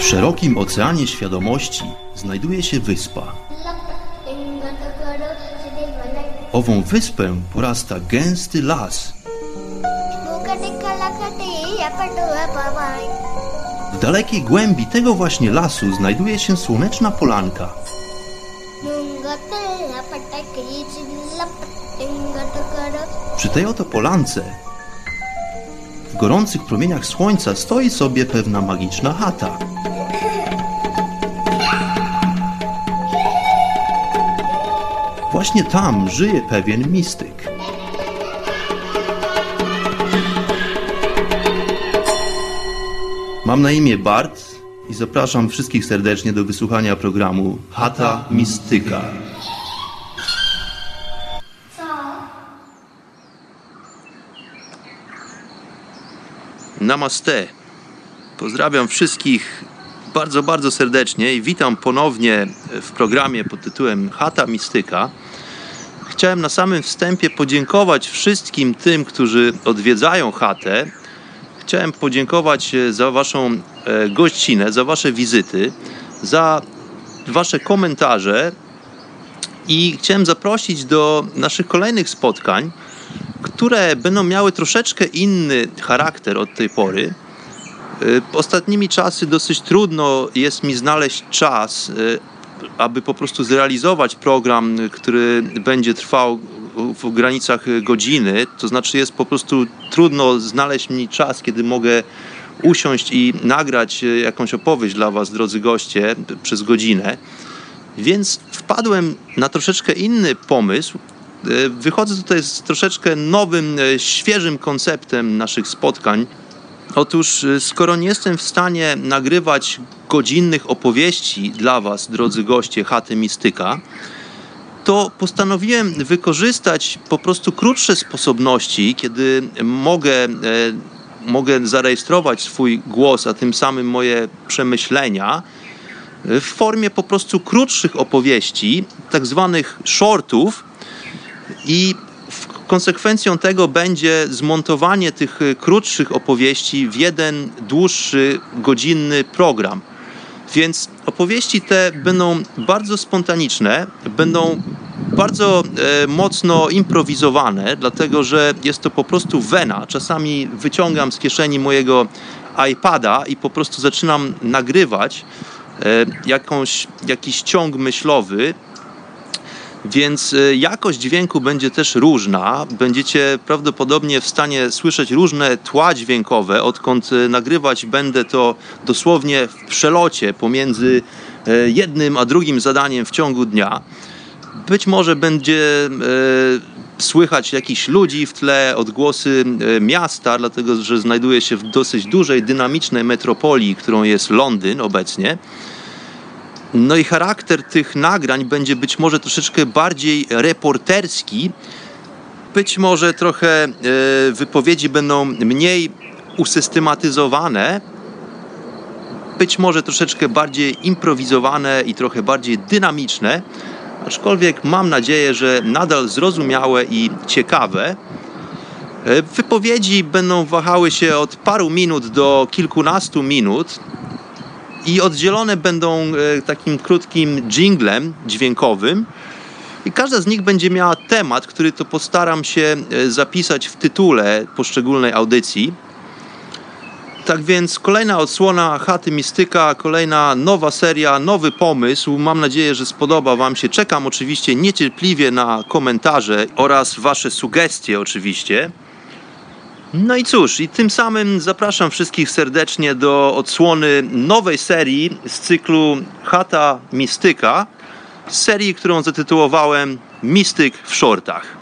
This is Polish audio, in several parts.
szerokim oceanie świadomości znajduje się wyspa. Ową wyspę porasta gęsty las. W dalekiej głębi tego właśnie lasu znajduje się słoneczna polanka. Przy tej oto polance, w gorących promieniach słońca, stoi sobie pewna magiczna chata. Właśnie tam żyje pewien mistyk. Mam na imię Bart i zapraszam wszystkich serdecznie do wysłuchania programu Chata Mistyka. Namaste. Pozdrawiam wszystkich bardzo, bardzo serdecznie i witam ponownie w programie pod tytułem Chata Mistyka. Chciałem na samym wstępie podziękować wszystkim tym, którzy odwiedzają chatę. Chciałem podziękować za waszą gościnę, za wasze wizyty, za wasze komentarze i chciałem zaprosić do naszych kolejnych spotkań, które będą miały troszeczkę inny charakter od tej pory. Ostatnimi czasy dosyć trudno jest mi znaleźć czas, aby po prostu zrealizować program, który będzie trwał w granicach godziny. To znaczy jest po prostu trudno znaleźć mi czas, kiedy mogę usiąść i nagrać jakąś opowieść dla was, drodzy goście, przez godzinę. Więc wpadłem na troszeczkę inny pomysł. Wychodzę tutaj z troszeczkę nowym, świeżym konceptem naszych spotkań. Otóż, skoro nie jestem w stanie nagrywać godzinnych opowieści dla was, drodzy goście Chaty Mistyka, to postanowiłem wykorzystać po prostu krótsze sposobności, kiedy mogę zarejestrować swój głos, a tym samym moje przemyślenia w formie po prostu krótszych opowieści, tak zwanych shortów, i konsekwencją tego będzie zmontowanie tych krótszych opowieści w jeden dłuższy, godzinny program. Więc opowieści te będą bardzo spontaniczne, będą bardzo mocno improwizowane, dlatego że jest to po prostu wena. Czasami wyciągam z kieszeni mojego iPada i po prostu zaczynam nagrywać jakiś ciąg myślowy. Więc jakość dźwięku będzie też różna. Będziecie prawdopodobnie w stanie słyszeć różne tła dźwiękowe, odkąd nagrywać będę to dosłownie w przelocie pomiędzy jednym a drugim zadaniem w ciągu dnia. Być może będzie słychać jakichś ludzi w tle, odgłosy miasta, dlatego że znajduję się w dosyć dużej, dynamicznej metropolii, którą jest Londyn obecnie. No i charakter tych nagrań będzie być może troszeczkę bardziej reporterski. Być może trochę wypowiedzi będą mniej usystematyzowane. Być może troszeczkę bardziej improwizowane i trochę bardziej dynamiczne. Aczkolwiek mam nadzieję, że nadal zrozumiałe i ciekawe. Wypowiedzi będą wahały się od paru minut do kilkunastu minut. I oddzielone będą takim krótkim dżinglem dźwiękowym. I każda z nich będzie miała temat, który to postaram się zapisać w tytule poszczególnej audycji. Tak więc kolejna odsłona Chaty Mistyka, kolejna nowa seria, nowy pomysł. Mam nadzieję, że spodoba wam się. Czekam oczywiście niecierpliwie na komentarze oraz wasze sugestie oczywiście. No i cóż, i tym samym zapraszam wszystkich serdecznie do odsłony nowej serii z cyklu Chata Mistyka, serii, którą zatytułowałem Mistyk w shortach.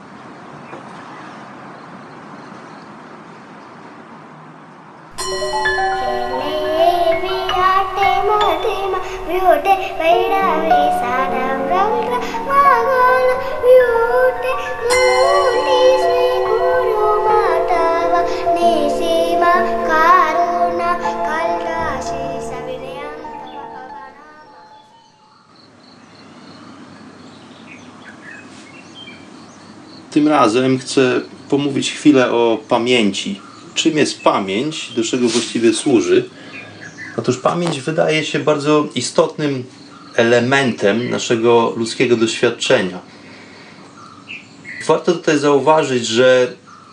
Tym razem chcę pomówić chwilę o pamięci. Czym jest pamięć, do czego właściwie służy Otóż pamięć wydaje się bardzo istotnym elementem naszego ludzkiego doświadczenia. Warto tutaj zauważyć, że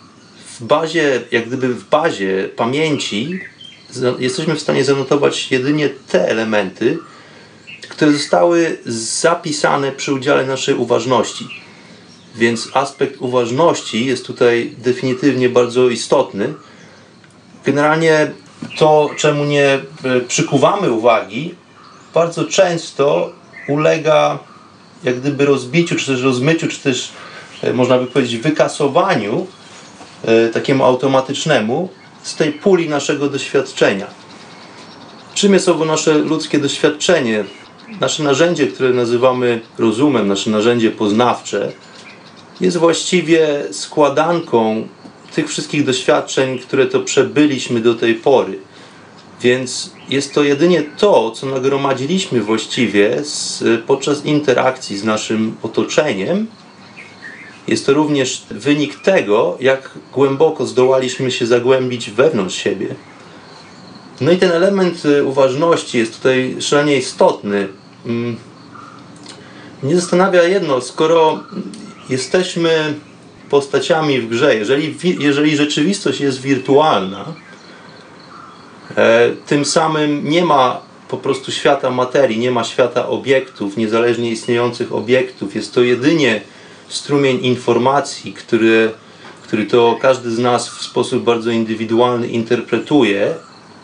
w bazie pamięci jesteśmy w stanie zanotować jedynie te elementy, które zostały zapisane przy udziale naszej uważności. Więc aspekt uważności jest tutaj definitywnie bardzo istotny. Generalnie to, czemu nie przykuwamy uwagi, bardzo często ulega jak gdyby rozbiciu, czy też rozmyciu, czy też można by powiedzieć wykasowaniu takiemu automatycznemu z tej puli naszego doświadczenia. Czym jest owo nasze ludzkie doświadczenie? Nasze narzędzie, które nazywamy rozumem, nasze narzędzie poznawcze, jest właściwie składanką tych wszystkich doświadczeń, które to przebyliśmy do tej pory. Więc jest to jedynie to, co nagromadziliśmy właściwie podczas interakcji z naszym otoczeniem. Jest to również wynik tego, jak głęboko zdołaliśmy się zagłębić wewnątrz siebie. No i ten element uważności jest tutaj szalenie istotny. Mnie zastanawia jedno, skoro jesteśmy postaciami w grze, jeżeli rzeczywistość jest wirtualna, tym samym nie ma po prostu świata materii, nie ma świata obiektów, niezależnie istniejących obiektów. Jest to jedynie strumień informacji, który to każdy z nas w sposób bardzo indywidualny interpretuje.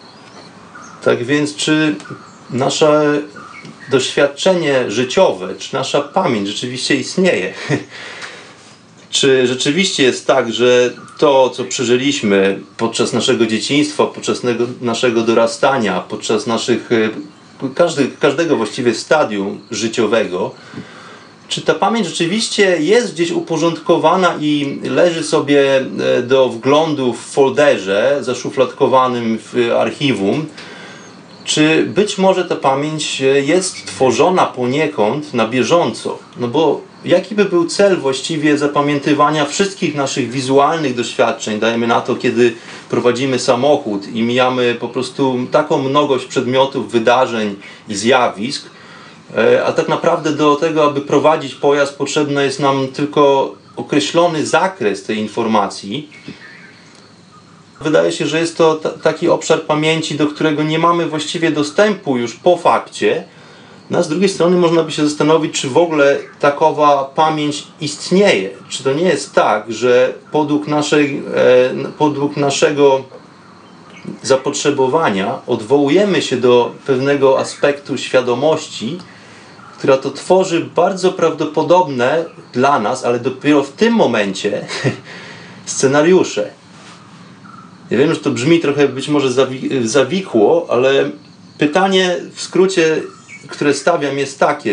Tak więc czy nasze doświadczenie życiowe, czy nasza pamięć rzeczywiście istnieje? Czy rzeczywiście jest tak, że to, co przeżyliśmy podczas naszego dzieciństwa, podczas naszego dorastania, podczas każdego właściwie stadium życiowego, czy ta pamięć rzeczywiście jest gdzieś uporządkowana i leży sobie do wglądu w folderze zaszufladkowanym w archiwum? Czy być może ta pamięć jest tworzona poniekąd na bieżąco? No bo jaki by był cel właściwie zapamiętywania wszystkich naszych wizualnych doświadczeń? Dajmy na to, kiedy prowadzimy samochód i mijamy po prostu taką mnogość przedmiotów, wydarzeń i zjawisk, a tak naprawdę do tego, aby prowadzić pojazd, potrzebny jest nam tylko określony zakres tej informacji. Wydaje się, że jest to taki obszar pamięci, do którego nie mamy właściwie dostępu już po fakcie. No a z drugiej strony można by się zastanowić, czy w ogóle takowa pamięć istnieje. Czy to nie jest tak, że podług naszego zapotrzebowania odwołujemy się do pewnego aspektu świadomości, która to tworzy bardzo prawdopodobne dla nas, ale dopiero w tym momencie scenariusze. Ja wiem, że to brzmi trochę być może zawikło, ale pytanie w skrócie, które stawiam, jest takie,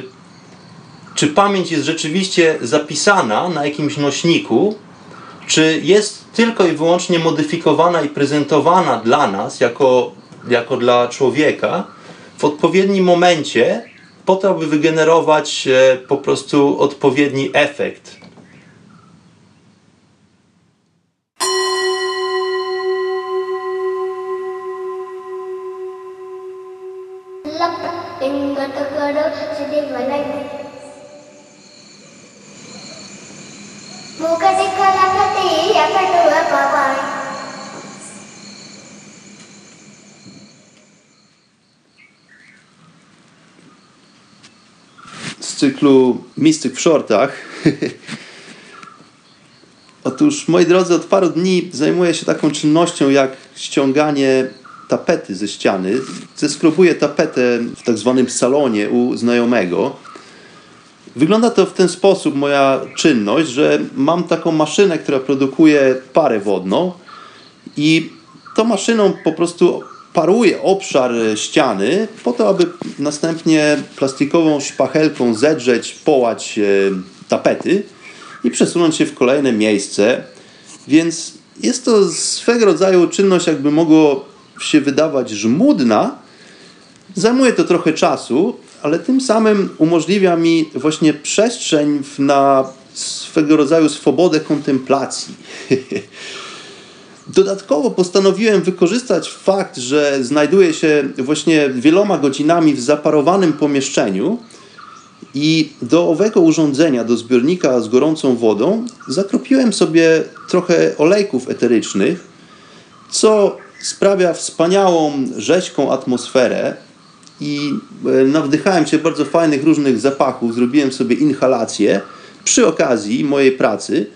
czy pamięć jest rzeczywiście zapisana na jakimś nośniku, czy jest tylko i wyłącznie modyfikowana i prezentowana dla nas, jako dla człowieka, w odpowiednim momencie, po to, aby wygenerować po prostu odpowiedni efekt. Z cyklu Mistyk w shortach. Otóż, moi drodzy, od paru dni zajmuję się taką czynnością jak ściąganie tapety ze ściany. Zeskrobuję tapetę w tak zwanym salonie u znajomego. Wygląda to w ten sposób, moja czynność, że mam taką maszynę, która produkuje parę wodną i tą maszyną po prostu paruję obszar ściany po to, aby następnie plastikową szpachelką zedrzeć połać tapety i przesunąć się w kolejne miejsce. Więc jest to swego rodzaju czynność, jakby mogło się wydawać żmudna. Zajmuje to trochę czasu, ale tym samym umożliwia mi właśnie przestrzeń na swego rodzaju swobodę kontemplacji. Dodatkowo postanowiłem wykorzystać fakt, że znajduję się właśnie wieloma godzinami w zaparowanym pomieszczeniu i do owego urządzenia, do zbiornika z gorącą wodą zakropiłem sobie trochę olejków eterycznych, co sprawia wspaniałą, rzeźką atmosferę i nawdychałem się bardzo fajnych różnych zapachów, zrobiłem sobie inhalację przy okazji mojej pracy,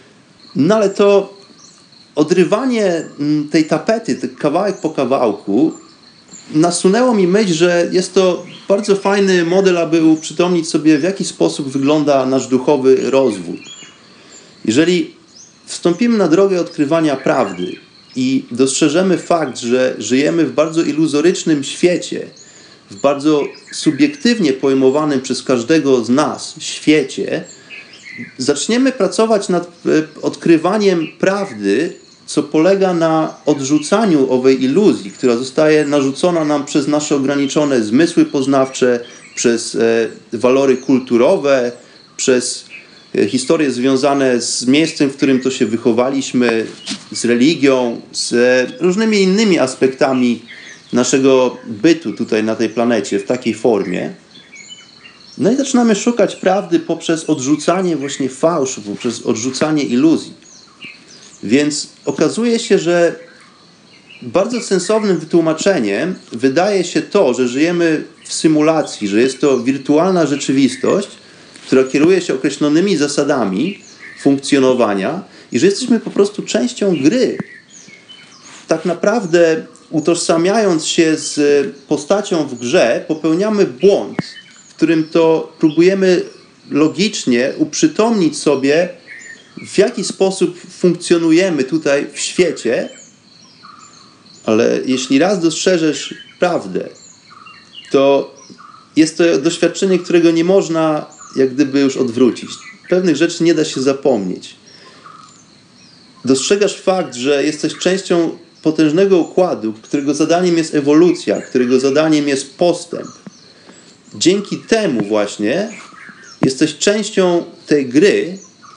no ale to odrywanie tej tapety, kawałek po kawałku, nasunęło mi myśl, że jest to bardzo fajny model, aby uprzytomnić sobie, w jaki sposób wygląda nasz duchowy rozwój. Jeżeli wstąpimy na drogę odkrywania prawdy i dostrzeżemy fakt, że żyjemy w bardzo iluzorycznym świecie, w bardzo subiektywnie pojmowanym przez każdego z nas świecie, zaczniemy pracować nad odkrywaniem prawdy, co polega na odrzucaniu owej iluzji, która zostaje narzucona nam przez nasze ograniczone zmysły poznawcze, przez walory kulturowe, przez historie związane z miejscem, w którym to się wychowaliśmy, z religią, z różnymi innymi aspektami naszego bytu tutaj na tej planecie w takiej formie. No i zaczynamy szukać prawdy poprzez odrzucanie właśnie fałszu, poprzez odrzucanie iluzji. Więc okazuje się, że bardzo sensownym wytłumaczeniem wydaje się to, że żyjemy w symulacji, że jest to wirtualna rzeczywistość, która kieruje się określonymi zasadami funkcjonowania i że jesteśmy po prostu częścią gry. Tak naprawdę utożsamiając się z postacią w grze, popełniamy błąd, w którym to próbujemy logicznie uprzytomnić sobie, w jaki sposób funkcjonujemy tutaj w świecie, ale jeśli raz dostrzeżesz prawdę, to jest to doświadczenie, którego nie można jak gdyby już odwrócić. Pewnych rzeczy nie da się zapomnieć. Dostrzegasz fakt, że jesteś częścią potężnego układu, którego zadaniem jest ewolucja, którego zadaniem jest postęp. Dzięki temu właśnie jesteś częścią tej gry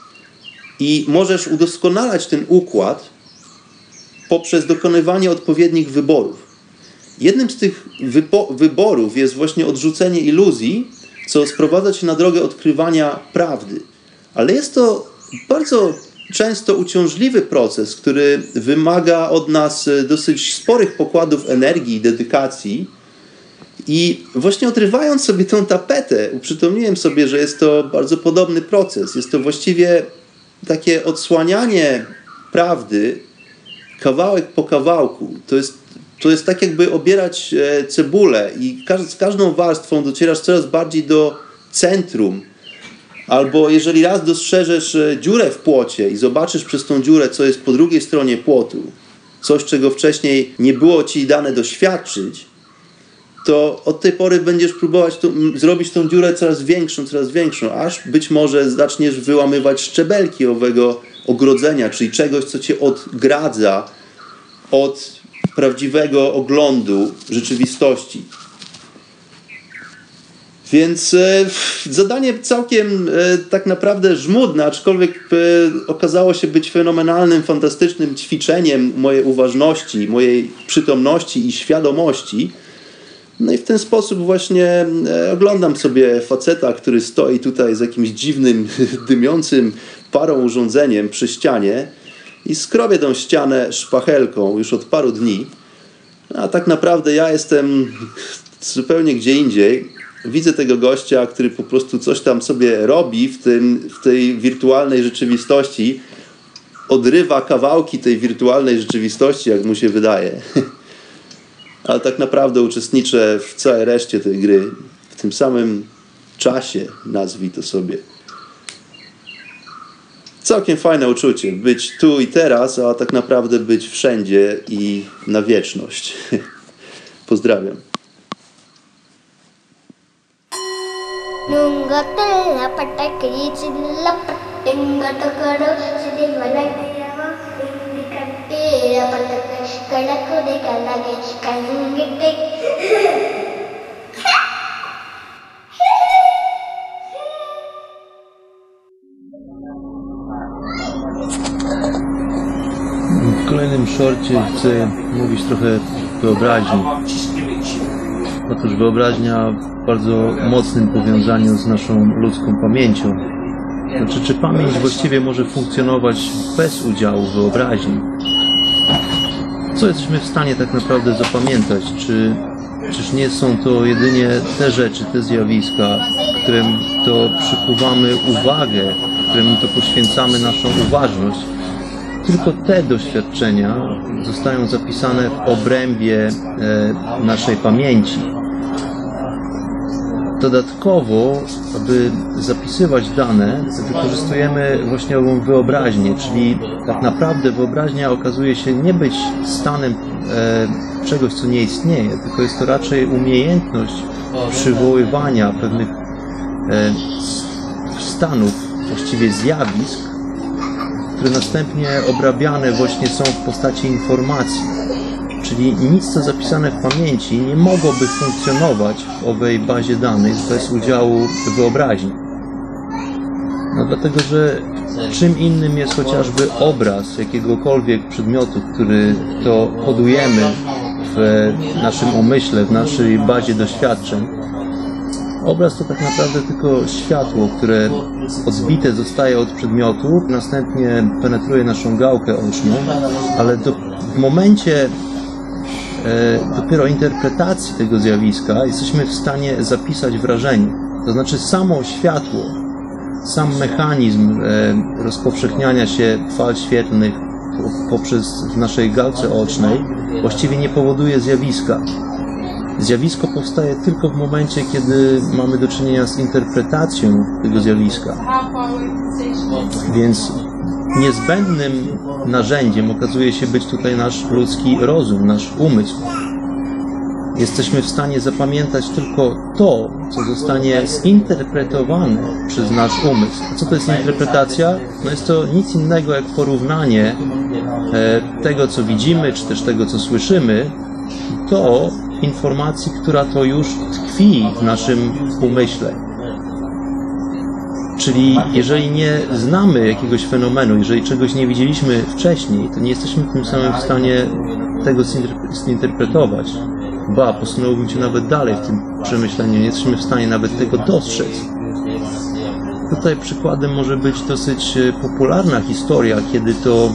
i możesz udoskonalać ten układ poprzez dokonywanie odpowiednich wyborów. Jednym z tych wyborów jest właśnie odrzucenie iluzji, co sprowadza cię na drogę odkrywania prawdy. Ale jest to bardzo często uciążliwy proces, który wymaga od nas dosyć sporych pokładów energii i dedykacji. I właśnie odrywając sobie tę tapetę, uprzytomniłem sobie, że jest to bardzo podobny proces. Jest to właściwie takie odsłanianie prawdy kawałek po kawałku. To jest tak, jakby obierać cebulę i z każdą warstwą docierasz coraz bardziej do centrum. Albo jeżeli raz dostrzeżesz dziurę w płocie i zobaczysz przez tą dziurę, co jest po drugiej stronie płotu, coś, czego wcześniej nie było ci dane doświadczyć, to od tej pory będziesz próbować zrobić tą dziurę coraz większą, aż być może zaczniesz wyłamywać szczebelki owego ogrodzenia, czyli czegoś, co cię odgradza od prawdziwego oglądu rzeczywistości. Więc zadanie całkiem tak naprawdę żmudne, aczkolwiek okazało się być fenomenalnym, fantastycznym ćwiczeniem mojej uważności, mojej przytomności i świadomości. No i w ten sposób właśnie oglądam sobie faceta, który stoi tutaj z jakimś dziwnym, dymiącym parą urządzeniem przy ścianie i skrobię tą ścianę szpachelką już od paru dni. A tak naprawdę ja jestem zupełnie gdzie indziej. Widzę tego gościa, który po prostu coś tam sobie robi w tej wirtualnej rzeczywistości. Odrywa kawałki tej wirtualnej rzeczywistości, jak mu się wydaje. Ale tak naprawdę uczestniczę w całej reszcie tej gry. W tym samym czasie, nazwij to sobie. Całkiem fajne uczucie. Być tu i teraz, a tak naprawdę być wszędzie i na wieczność. Pozdrawiam. W kolejnym tym shorcie chcę mówić trochę wyobraźni. Otóż wyobraźnia w bardzo mocnym powiązaniu z naszą ludzką pamięcią. Znaczy, czy pamięć właściwie może funkcjonować bez udziału wyobraźni? Co jesteśmy w stanie tak naprawdę zapamiętać? Czyż nie są to jedynie te rzeczy, te zjawiska, którym to przykuwamy uwagę, którym to poświęcamy naszą uważność? Tylko te doświadczenia zostają zapisane w obrębie naszej pamięci. Dodatkowo, aby zapisywać dane, wykorzystujemy właśnie ową wyobraźnię, czyli tak naprawdę wyobraźnia okazuje się nie być stanem czegoś, co nie istnieje, tylko jest to raczej umiejętność przywoływania pewnych stanów, właściwie zjawisk, które następnie obrabiane właśnie są w postaci informacji. Czyli nic, co zapisane w pamięci, nie mogłoby funkcjonować w owej bazie danych bez udziału wyobraźni. No dlatego, że czym innym jest chociażby obraz jakiegokolwiek przedmiotu, który to kodujemy w naszym umyśle, w naszej bazie doświadczeń. Obraz to tak naprawdę tylko światło, które odbite zostaje od przedmiotu, następnie penetruje naszą gałkę oczną, ale w momencie dopiero interpretacji tego zjawiska jesteśmy w stanie zapisać wrażenie. To znaczy samo światło, sam mechanizm rozpowszechniania się fal świetlnych w naszej gałce ocznej właściwie nie powoduje zjawiska. Zjawisko powstaje tylko w momencie, kiedy mamy do czynienia z interpretacją tego zjawiska. Więc niezbędnym narzędziem okazuje się być tutaj nasz ludzki rozum, nasz umysł. Jesteśmy w stanie zapamiętać tylko to, co zostanie zinterpretowane przez nasz umysł. A co to jest interpretacja? No jest to nic innego jak porównanie tego, co widzimy, czy też tego, co słyszymy, do informacji, która to już tkwi w naszym umyśle. Czyli jeżeli nie znamy jakiegoś fenomenu, jeżeli czegoś nie widzieliśmy wcześniej, to nie jesteśmy tym samym w stanie tego zinterpretować. Ba, posunąłbym się nawet dalej w tym przemyśleniu, nie jesteśmy w stanie nawet tego dostrzec. Tutaj przykładem może być dosyć popularna historia, kiedy to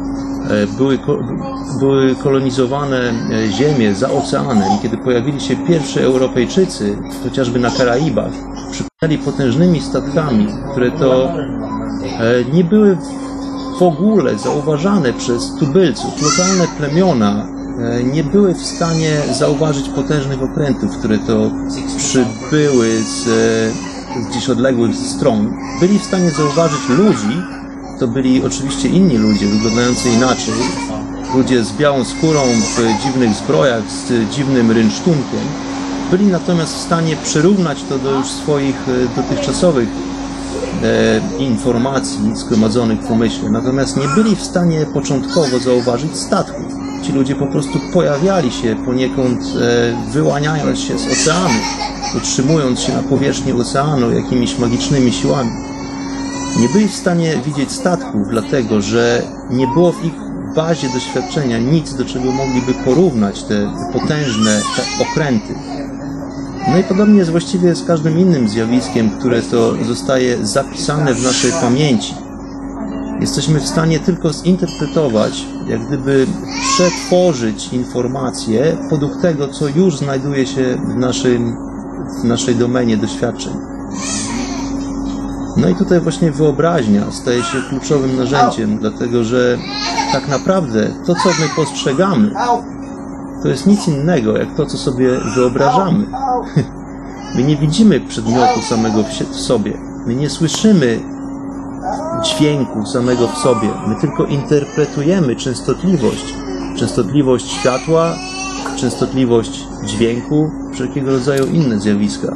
były kolonizowane ziemie za oceanem i kiedy pojawili się pierwsi Europejczycy, chociażby na Karaibach, przypłynęli potężnymi statkami, które to nie były w ogóle zauważane przez tubylców. Lokalne plemiona nie były w stanie zauważyć potężnych okrętów, które to przybyły z gdzieś odległych stron. Byli w stanie zauważyć ludzi. To byli oczywiście inni ludzie, wyglądający inaczej. Ludzie z białą skórą, w dziwnych zbrojach, z dziwnym rynsztunkiem. Byli natomiast w stanie przyrównać to do już swoich dotychczasowych informacji zgromadzonych w umyśle. Natomiast nie byli w stanie początkowo zauważyć statków. Ci ludzie po prostu pojawiali się poniekąd, wyłaniając się z oceanu, utrzymując się na powierzchni oceanu jakimiś magicznymi siłami. Nie byli w stanie widzieć statków, dlatego że nie było w ich bazie doświadczenia nic, do czego mogliby porównać te potężne okręty. No i podobnie jest właściwie z każdym innym zjawiskiem, które to zostaje zapisane w naszej pamięci. Jesteśmy w stanie tylko zinterpretować, jak gdyby przetworzyć informacje podług tego, co już znajduje się w naszej domenie doświadczeń. No i tutaj właśnie wyobraźnia staje się kluczowym narzędziem, dlatego że tak naprawdę to, co my postrzegamy, to jest nic innego, jak to, co sobie wyobrażamy. My nie widzimy przedmiotu samego w sobie. My nie słyszymy dźwięku samego w sobie. My tylko interpretujemy częstotliwość światła, częstotliwość dźwięku, wszelkiego rodzaju inne zjawiska.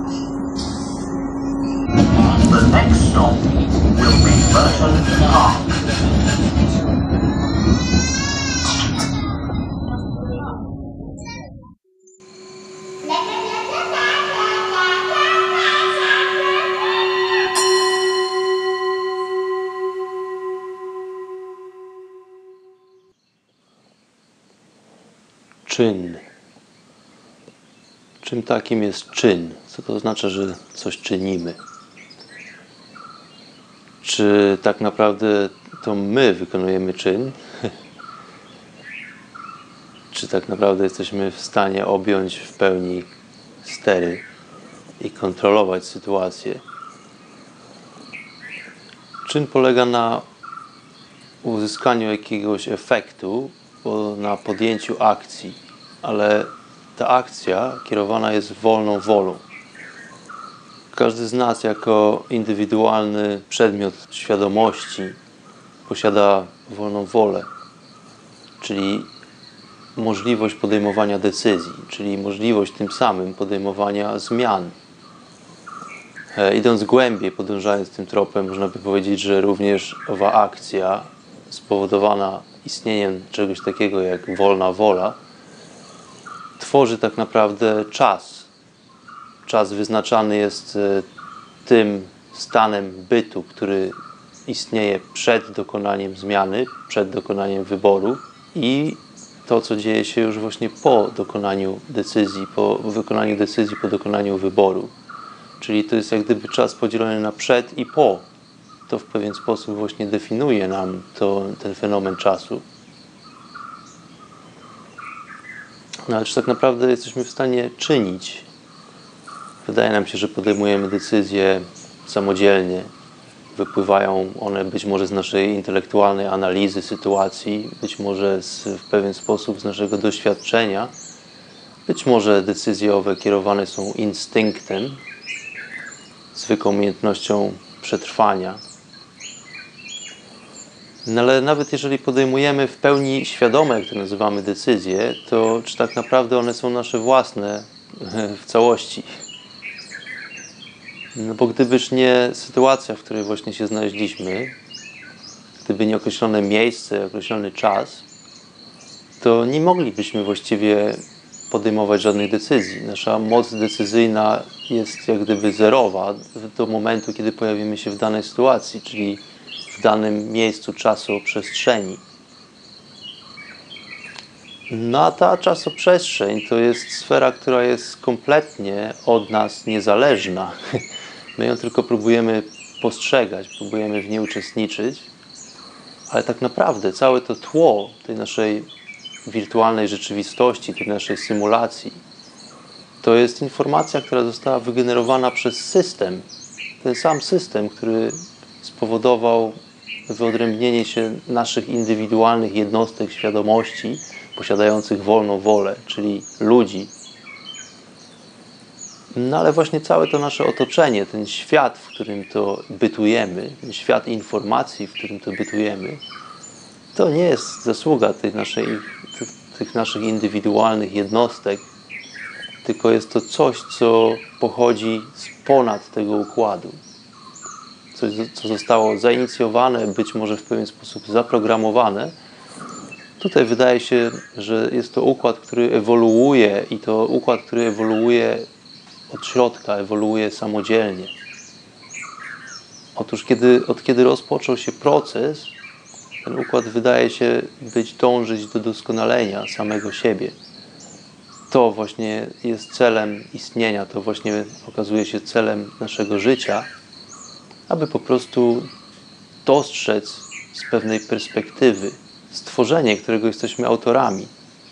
The next stop will be Merton Park. Czyn. Czym takim jest czyn? Co to oznacza, że coś czynimy? Czy tak naprawdę to my wykonujemy czyn? Czy tak naprawdę jesteśmy w stanie objąć w pełni stery i kontrolować sytuację? Czyn polega na uzyskaniu jakiegoś efektu, na podjęciu akcji, ale ta akcja kierowana jest wolną wolą. Każdy z nas jako indywidualny przedmiot świadomości posiada wolną wolę, czyli możliwość podejmowania decyzji, czyli możliwość tym samym podejmowania zmian. Idąc głębiej, podążając tym tropem, można by powiedzieć, że również owa akcja spowodowana istnieniem czegoś takiego jak wolna wola tworzy tak naprawdę czas. Czas wyznaczany jest tym stanem bytu, który istnieje przed dokonaniem zmiany, przed dokonaniem wyboru i to, co dzieje się już właśnie po dokonaniu decyzji, po wykonaniu decyzji, po dokonaniu wyboru. Czyli to jest jak gdyby czas podzielony na przed i po. To w pewien sposób właśnie definiuje nam ten fenomen czasu. No ale czy tak naprawdę jesteśmy w stanie czynić? Wydaje nam się, że podejmujemy decyzje samodzielnie. Wypływają one być może z naszej intelektualnej analizy sytuacji, być może w pewien sposób z naszego doświadczenia. Być może decyzje owe kierowane są instynktem, zwykłą umiejętnością przetrwania. No ale nawet jeżeli podejmujemy w pełni świadome, jak to nazywamy, decyzje, to czy tak naprawdę one są nasze własne w całości? No bo gdybyż nie sytuacja, w której właśnie się znaleźliśmy, gdyby nie określone miejsce, określony czas, to nie moglibyśmy właściwie podejmować żadnych decyzji. Nasza moc decyzyjna jest jak gdyby zerowa do momentu, kiedy pojawimy się w danej sytuacji, czyli w danym miejscu czasu-przestrzeni. No a ta czasoprzestrzeń to jest sfera, która jest kompletnie od nas niezależna. My ją tylko próbujemy postrzegać, próbujemy w niej uczestniczyć, ale tak naprawdę całe to tło tej naszej wirtualnej rzeczywistości, tej naszej symulacji, to jest informacja, która została wygenerowana przez system. Ten sam system, który spowodował wyodrębnienie się naszych indywidualnych jednostek świadomości posiadających wolną wolę, czyli ludzi. No ale właśnie całe to nasze otoczenie, ten świat, w którym to bytujemy, ten świat informacji, w którym to bytujemy, to nie jest zasługa tych naszych indywidualnych jednostek, tylko jest to coś, co pochodzi ponad tego układu. Coś, co zostało zainicjowane, być może w pewien sposób zaprogramowane. Tutaj wydaje się, że jest to układ, który ewoluuje i to układ, który ewoluuje od środka, ewoluuje samodzielnie. Otóż od kiedy rozpoczął się proces, ten układ wydaje się dążyć do doskonalenia samego siebie. To właśnie jest celem istnienia, to właśnie okazuje się celem naszego życia, aby po prostu dostrzec z pewnej perspektywy stworzenie, którego jesteśmy autorami.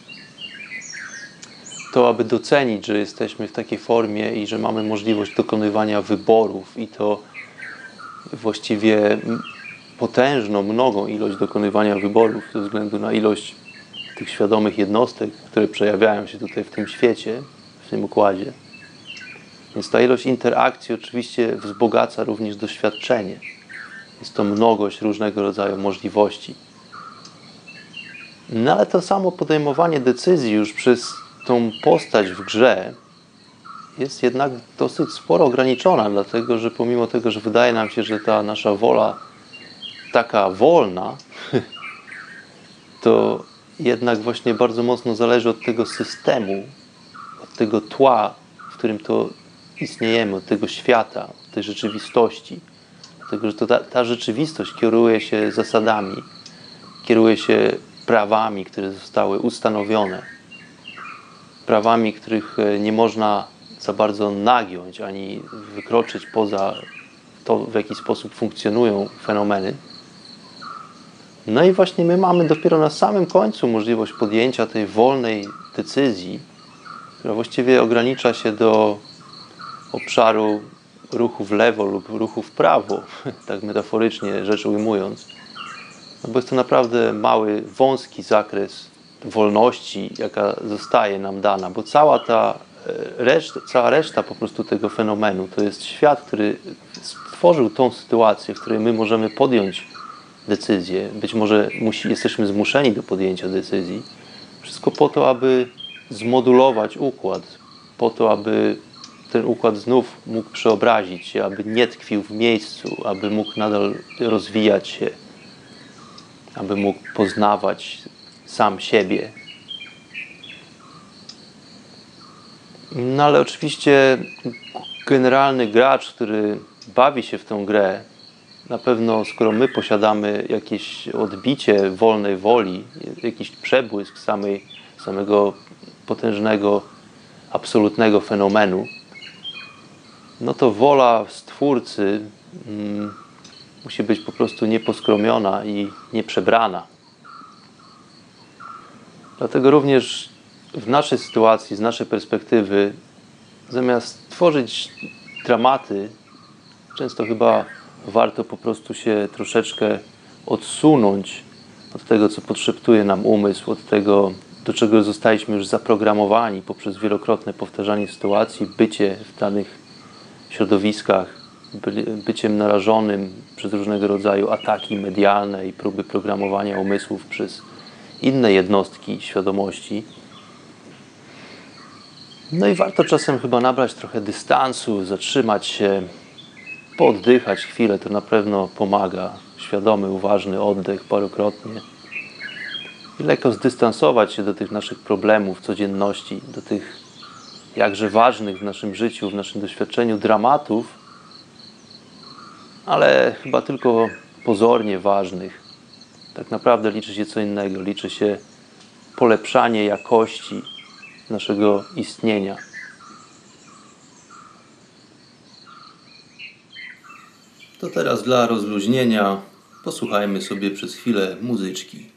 To, aby docenić, że jesteśmy w takiej formie i że mamy możliwość dokonywania wyborów i to właściwie potężną, mnogą ilość dokonywania wyborów ze względu na ilość tych świadomych jednostek, które przejawiają się tutaj w tym świecie, w tym układzie. Więc ta ilość interakcji oczywiście wzbogaca również doświadczenie. Jest to mnogość różnego rodzaju możliwości. No ale to samo podejmowanie decyzji już przez tą postać w grze jest jednak dosyć sporo ograniczona, dlatego że pomimo tego, że wydaje nam się, że ta nasza wola taka wolna, to jednak właśnie bardzo mocno zależy od tego systemu, od tego tła, w którym to istniejemy, od tego świata, od tej rzeczywistości. Dlatego, że ta rzeczywistość kieruje się zasadami, kieruje się prawami, które zostały ustanowione. prawami, których nie można za bardzo nagiąć, ani wykroczyć poza to, w jaki sposób funkcjonują fenomeny. No i właśnie my mamy dopiero na samym końcu możliwość podjęcia tej wolnej decyzji, która właściwie ogranicza się do obszaru ruchu w lewo lub ruchu w prawo, tak metaforycznie rzecz ujmując. No bo jest to naprawdę mały, wąski zakres wolności, jaka zostaje nam dana, bo cała reszta po prostu tego fenomenu to jest świat, który stworzył tą sytuację, w której my możemy podjąć decyzję, być może jesteśmy zmuszeni do podjęcia decyzji, wszystko po to, aby zmodulować układ, po to, aby ten układ znów mógł przeobrazić się, aby nie tkwił w miejscu, aby mógł nadal rozwijać się, aby mógł poznawać sam siebie. No ale oczywiście generalny gracz, który bawi się w tę grę, na pewno skoro my posiadamy jakieś odbicie wolnej woli, jakiś przebłysk samego potężnego, absolutnego fenomenu, no to wola Stwórcy musi być po prostu nieposkromiona i nieprzebrana. Dlatego również w naszej sytuacji, z naszej perspektywy, zamiast tworzyć dramaty, często chyba warto po prostu się troszeczkę odsunąć od tego, co podszeptuje nam umysł, od tego, do czego zostaliśmy już zaprogramowani poprzez wielokrotne powtarzanie sytuacji, bycie w danych środowiskach, byciem narażonym przez różnego rodzaju ataki medialne i próby programowania umysłów przez inne jednostki świadomości. No i warto czasem chyba nabrać trochę dystansu, zatrzymać się, pooddychać chwilę, to na pewno pomaga. Świadomy, uważny oddech parokrotnie. I lekko zdystansować się do tych naszych problemów codzienności, do tych jakże ważnych w naszym życiu, w naszym doświadczeniu dramatów, ale chyba tylko pozornie ważnych. Tak naprawdę liczy się co innego. Liczy się polepszanie jakości naszego istnienia. To teraz dla rozluźnienia posłuchajmy sobie przez chwilę muzyczki.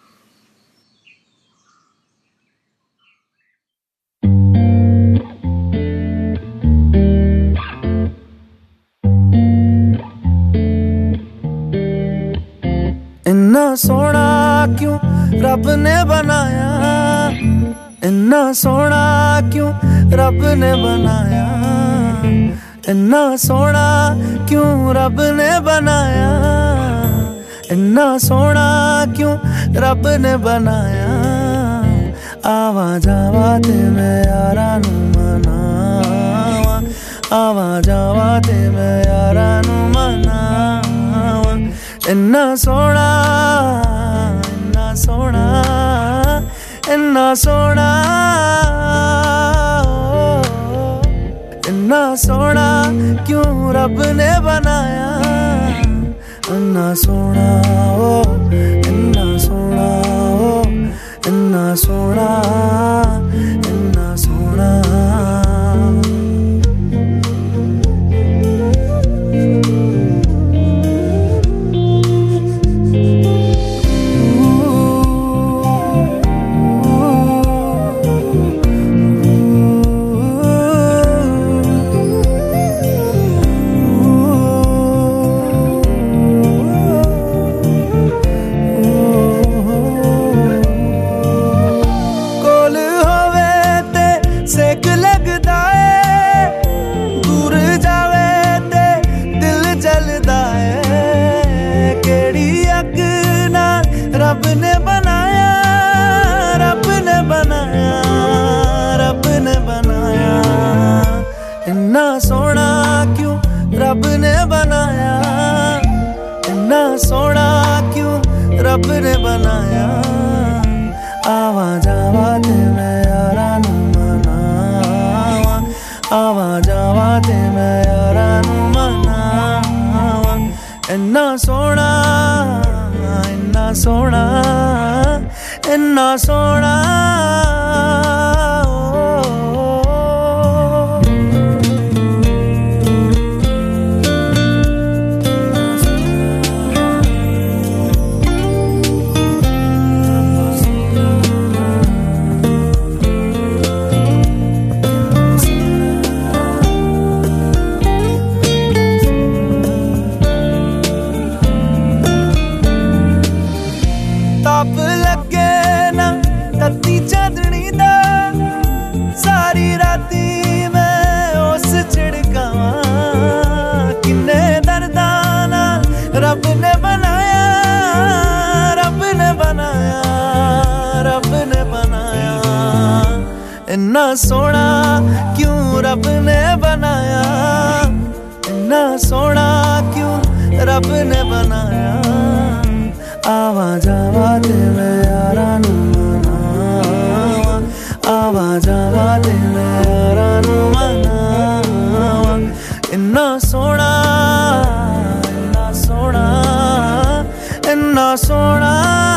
इन्ना सोना क्यों रब ने बनाया, इन्ना सोना क्यों रब ने बनाया, इन्ना सोना क्यों रब ने बनाया, इन्ना सोना क्यों रब ने बनाया। आवा जावा ते मैं यारा नू मनावा, आवा जावा ते मैं यारा नू मनावा। इन्ना सोना, इन्ना सोना, इन्ना सोना, इन्ना सोना क्यों रब ने बनाया, इन्ना सोना ओ, इन्ना सोना ओ, इन्ना सोना, इन्ना सोना। रब ने बनाया, रब ने बनाया, रब ने बनाया। इन्ना सोना क्यों रब ने बनाया, इन्ना सोना क्यों रब ने बनाया। आवा जावा ते मैं यारा नू मनावा, आवा जावा ते मैं यारा नू मनावा। इन्ना सोना, इन्ना सोना, इन्ना सोना। इन्ना सोना क्यों रब ने बनाया इन्ना सोना क्यों रब ने बनाया आवा जावा ते मैं यारा नू मनावा आवा जावा ते मैं यारा नू मनावा इन्ना सोना इन्ना सोना इन्ना सोना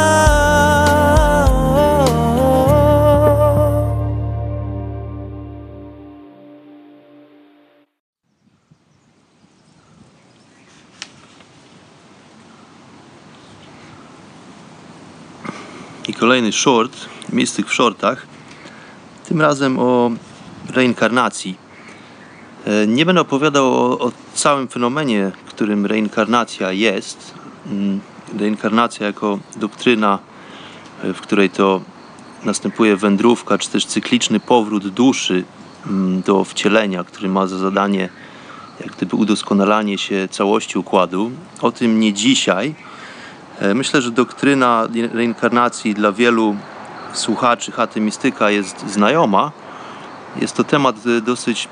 I kolejny short, mistyk w shortach, tym razem o reinkarnacji. Nie będę opowiadał o całym fenomenie, którym reinkarnacja jest. Reinkarnacja jako doktryna, w której to następuje wędrówka, czy też cykliczny powrót duszy do wcielenia, który ma za zadanie jak gdyby udoskonalanie się całości układu. O tym nie dzisiaj. Myślę, że doktryna reinkarnacji dla wielu słuchaczy Chaty Mistyka jest znajoma. Jest to temat dosyć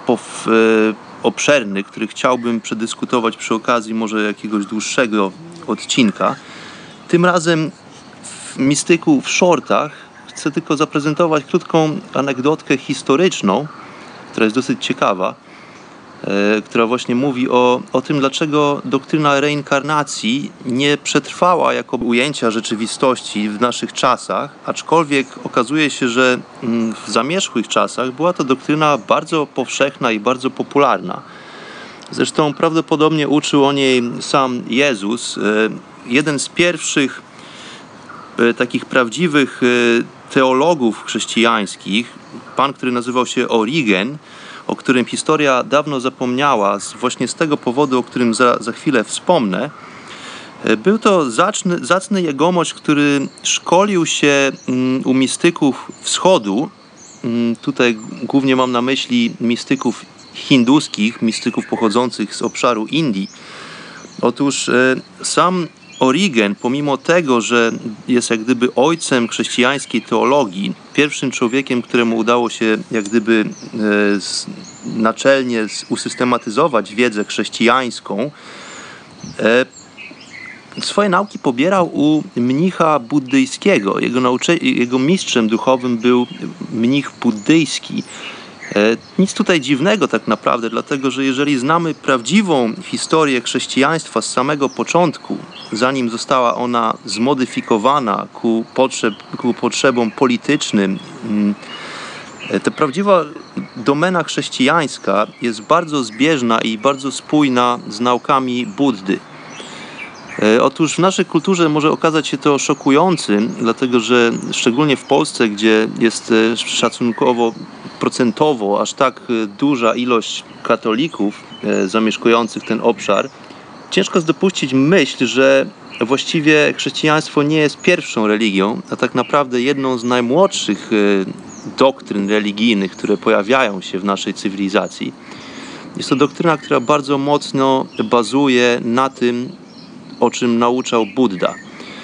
obszerny, który chciałbym przedyskutować przy okazji może jakiegoś dłuższego odcinka. Tym razem w Mistyku w shortach chcę tylko zaprezentować krótką anegdotkę historyczną, która jest dosyć ciekawa, która właśnie mówi o tym, dlaczego doktryna reinkarnacji nie przetrwała jako ujęcia rzeczywistości w naszych czasach, aczkolwiek okazuje się, że w zamierzchłych czasach była to doktryna bardzo powszechna i bardzo popularna. Zresztą prawdopodobnie uczył o niej sam Jezus. Jeden z pierwszych takich prawdziwych teologów chrześcijańskich, pan, który nazywał się Origen, o którym historia dawno zapomniała, właśnie z tego powodu, o którym za chwilę wspomnę. Był to zacny jegomość, który szkolił się u mistyków wschodu. Tutaj głównie mam na myśli mistyków hinduskich, mistyków pochodzących z obszaru Indii. Otóż sam Origen, pomimo tego, że jest jak gdyby ojcem chrześcijańskiej teologii, pierwszym człowiekiem, któremu udało się jak gdyby naczelnie usystematyzować wiedzę chrześcijańską, swoje nauki pobierał u mnicha buddyjskiego. Jego mistrzem duchowym był mnich buddyjski. Nic tutaj dziwnego tak naprawdę, dlatego że jeżeli znamy prawdziwą historię chrześcijaństwa z samego początku, zanim została ona zmodyfikowana ku potrzebom politycznym, ta prawdziwa domena chrześcijańska jest bardzo zbieżna i bardzo spójna z naukami Buddy. Otóż w naszej kulturze może okazać się to szokującym, dlatego że szczególnie w Polsce, gdzie jest szacunkowo, procentowo aż tak duża ilość katolików zamieszkujących ten obszar, ciężko jest dopuścić myśl, że właściwie chrześcijaństwo nie jest pierwszą religią, a tak naprawdę jedną z najmłodszych doktryn religijnych, które pojawiają się w naszej cywilizacji. Jest to doktryna, która bardzo mocno bazuje na tym, o czym nauczał Buddha.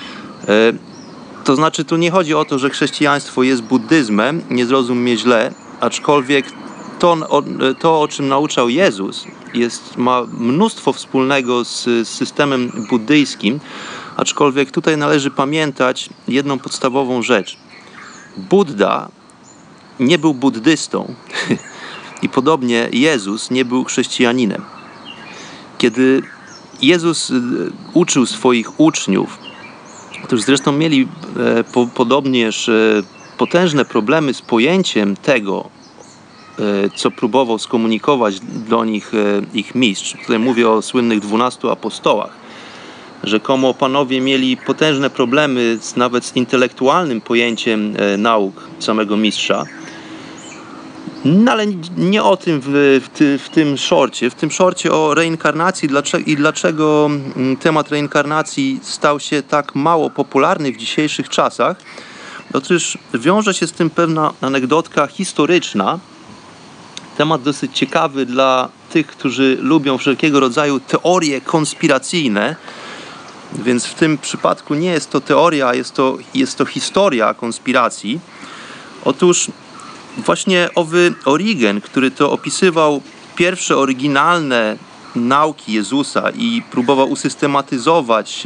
To znaczy, tu nie chodzi o to, że chrześcijaństwo jest buddyzmem, nie zrozum mnie źle, aczkolwiek to, o czym nauczał Jezus, ma mnóstwo wspólnego z systemem buddyjskim, aczkolwiek tutaj należy pamiętać jedną podstawową rzecz. Buddha nie był buddystą i podobnie Jezus nie był chrześcijaninem. Kiedy Jezus uczył swoich uczniów, którzy zresztą mieli podobnież potężne problemy z pojęciem tego, co próbował skomunikować do nich ich mistrz. Tutaj mówię o słynnych 12 apostołach. Rzekomo panowie mieli potężne problemy nawet z intelektualnym pojęciem nauk samego mistrza. No ale nie o tym w tym shorcie. W tym shorcie o reinkarnacji i dlaczego temat reinkarnacji stał się tak mało popularny w dzisiejszych czasach. Otóż wiąże się z tym pewna anegdotka historyczna. Temat dosyć ciekawy dla tych, którzy lubią wszelkiego rodzaju teorie konspiracyjne. Więc w tym przypadku nie jest to teoria, jest to historia konspiracji. Otóż Właśnie owy Origen, który to opisywał pierwsze oryginalne nauki Jezusa i próbował usystematyzować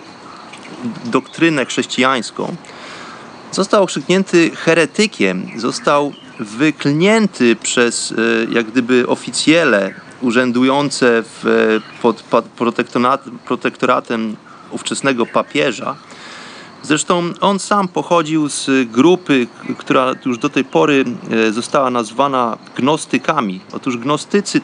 doktrynę chrześcijańską, został okrzyknięty heretykiem, został wyklnięty przez jak gdyby oficjele urzędujące pod protektoratem ówczesnego papieża. Zresztą on sam pochodził z grupy, która już do tej pory została nazwana gnostykami. Otóż gnostycy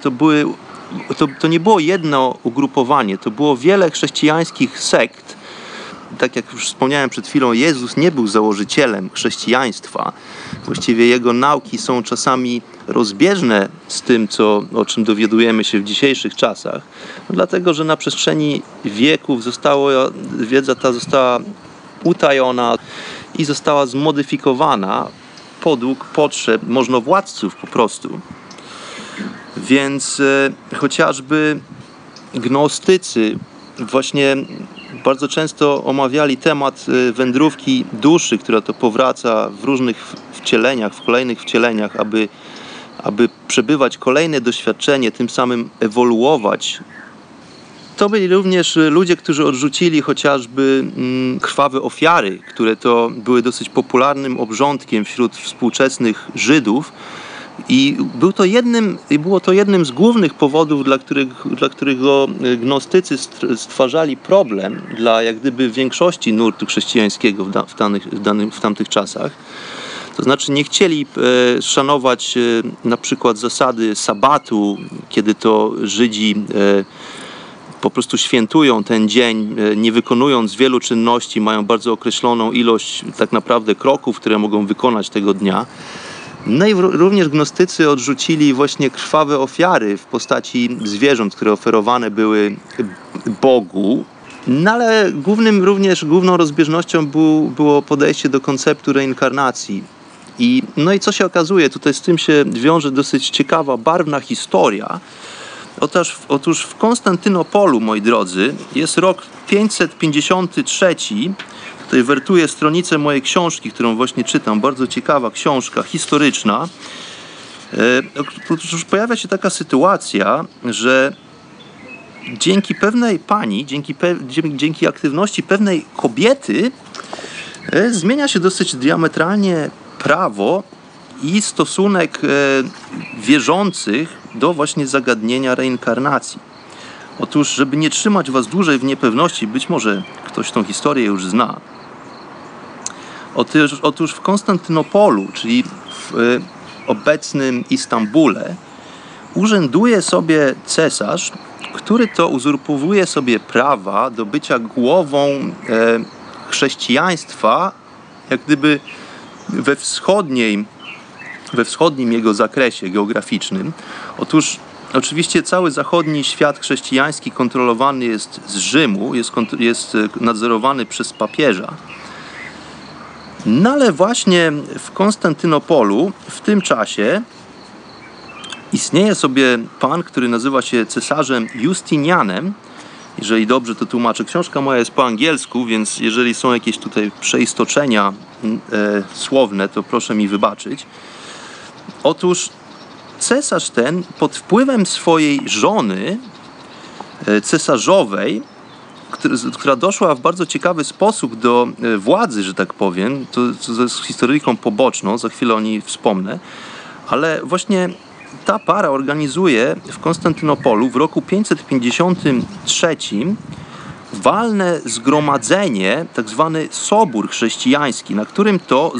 to nie było jedno ugrupowanie, to było wiele chrześcijańskich sekt. Tak jak już wspomniałem przed chwilą, Jezus nie był założycielem chrześcijaństwa. Właściwie jego nauki są czasami rozbieżne z tym, o czym dowiadujemy się w dzisiejszych czasach. Dlatego, że na przestrzeni wieków wiedza ta została utajona i została zmodyfikowana podług potrzeb możnowładców po prostu. Więc chociażby gnostycy właśnie bardzo często omawiali temat wędrówki duszy, która to powraca w różnych wcieleniach, w kolejnych wcieleniach, aby przebywać kolejne doświadczenie, tym samym ewoluować. To byli również ludzie, którzy odrzucili chociażby krwawe ofiary, które to były dosyć popularnym obrządkiem wśród współczesnych Żydów. I było to jednym z głównych powodów, dla którego gnostycy stwarzali problem dla jak gdyby większości nurtu chrześcijańskiego w tamtych czasach. To znaczy nie chcieli szanować na przykład zasady sabatu, kiedy to Żydzi po prostu świętują ten dzień, nie wykonując wielu czynności, mają bardzo określoną ilość tak naprawdę kroków, które mogą wykonać tego dnia. No i również gnostycy odrzucili właśnie krwawe ofiary w postaci zwierząt, które oferowane były Bogu. No ale główną rozbieżnością było podejście do konceptu reinkarnacji. No i co się okazuje? Tutaj z tym się wiąże dosyć ciekawa, barwna historia. Otóż w Konstantynopolu, moi drodzy, jest rok 553. Tutaj wertuję stronicę mojej książki, którą właśnie czytam. Bardzo ciekawa książka, historyczna. Otóż pojawia się taka sytuacja, że dzięki pewnej pani, dzięki aktywności pewnej kobiety zmienia się dosyć diametralnie prawo i stosunek wierzących do właśnie zagadnienia reinkarnacji. Otóż, żeby nie trzymać was dłużej w niepewności, być może ktoś tą historię już zna. Otóż w Konstantynopolu, czyli w obecnym Istambule, urzęduje sobie cesarz, który to uzurpowuje sobie prawa do bycia głową chrześcijaństwa, jak gdyby we wschodnim jego zakresie geograficznym. Otóż oczywiście cały zachodni świat chrześcijański kontrolowany jest z Rzymu, jest nadzorowany przez papieża. No ale właśnie w Konstantynopolu w tym czasie istnieje sobie pan, który nazywa się cesarzem Justinianem. Jeżeli dobrze to tłumaczę, książka moja jest po angielsku, więc jeżeli są jakieś tutaj przeistoczenia słowne, to proszę mi wybaczyć. Otóż cesarz ten pod wpływem swojej żony cesarzowej, która doszła w bardzo ciekawy sposób do władzy, że tak powiem, to jest historyjką poboczną, za chwilę o niej wspomnę, ale właśnie ta para organizuje w Konstantynopolu w roku 553 walne zgromadzenie, tak zwany sobór chrześcijański, na którym to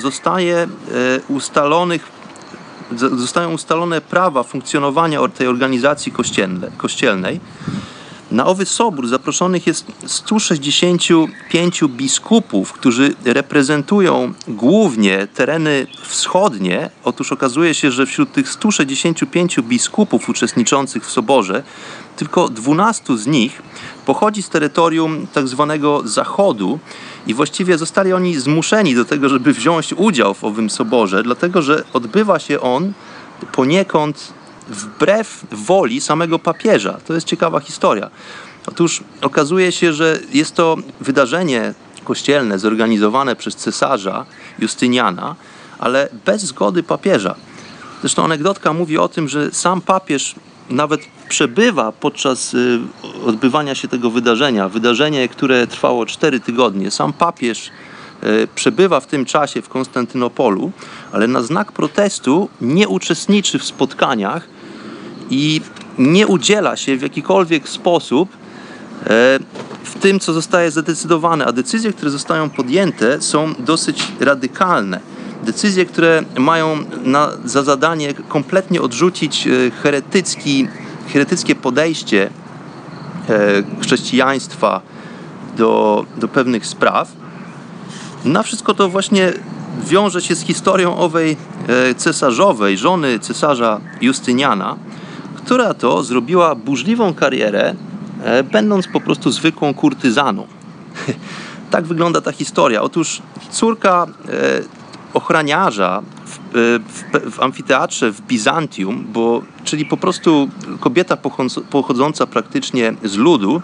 zostają ustalone prawa funkcjonowania tej organizacji kościelnej. Na owy sobór zaproszonych jest 165 biskupów, którzy reprezentują głównie tereny wschodnie. Otóż okazuje się, że wśród tych 165 biskupów uczestniczących w soborze tylko 12 z nich pochodzi z terytorium tak zwanego Zachodu i właściwie zostali oni zmuszeni do tego, żeby wziąć udział w owym soborze, dlatego że odbywa się on poniekąd wbrew woli samego papieża. To jest ciekawa historia. Otóż okazuje się, że jest to wydarzenie kościelne zorganizowane przez cesarza Justyniana, ale bez zgody papieża. Zresztą anegdotka mówi o tym, że sam papież nawet przebywa podczas odbywania się tego wydarzenia. Wydarzenie, które trwało 4 tygodnie. Sam papież przebywa w tym czasie w Konstantynopolu, ale na znak protestu nie uczestniczy w spotkaniach i nie udziela się w jakikolwiek sposób w tym, co zostaje zadecydowane. A decyzje, które zostają podjęte, są dosyć radykalne. Decyzje, które mają za zadanie kompletnie odrzucić heretyckie podejście chrześcijaństwa do pewnych spraw. Na wszystko to właśnie wiąże się z historią owej cesarzowej, żony cesarza Justyniana, która to zrobiła burzliwą karierę, będąc po prostu zwykłą kurtyzaną. Tak wygląda ta historia. Otóż córka ochroniarza w amfiteatrze w Bizantium, czyli po prostu kobieta pochodząca praktycznie z ludu,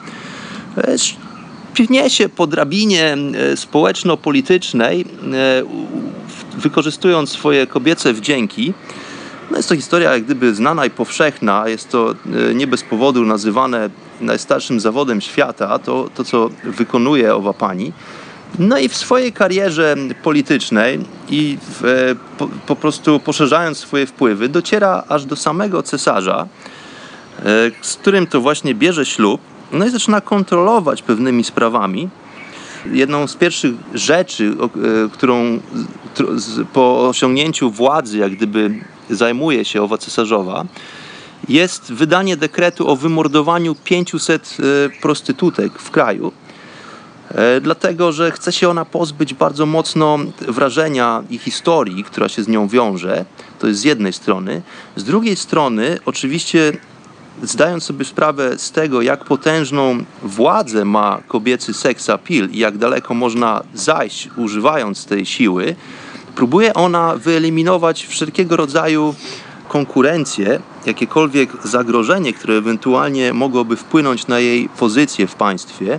niesie po drabinie społeczno-politycznej, wykorzystując swoje kobiece wdzięki. No jest to historia jak gdyby znana i powszechna, jest to nie bez powodu nazywane najstarszym zawodem świata, to co wykonuje owa pani. No i w swojej karierze politycznej i po prostu poszerzając swoje wpływy, dociera aż do samego cesarza, z którym to właśnie bierze ślub, no i zaczyna kontrolować pewnymi sprawami. Jedną z pierwszych rzeczy, którą po osiągnięciu władzy jak gdyby zajmuje się owa cesarzowa, jest wydanie dekretu o wymordowaniu 500 prostytutek w kraju, dlatego że chce się ona pozbyć bardzo mocno wrażenia i historii, która się z nią wiąże. To jest z jednej strony. Z drugiej strony, oczywiście zdając sobie sprawę z tego, jak potężną władzę ma kobiecy sex appeal i jak daleko można zajść używając tej siły, próbuje ona wyeliminować wszelkiego rodzaju konkurencję, jakiekolwiek zagrożenie, które ewentualnie mogłoby wpłynąć na jej pozycję w państwie.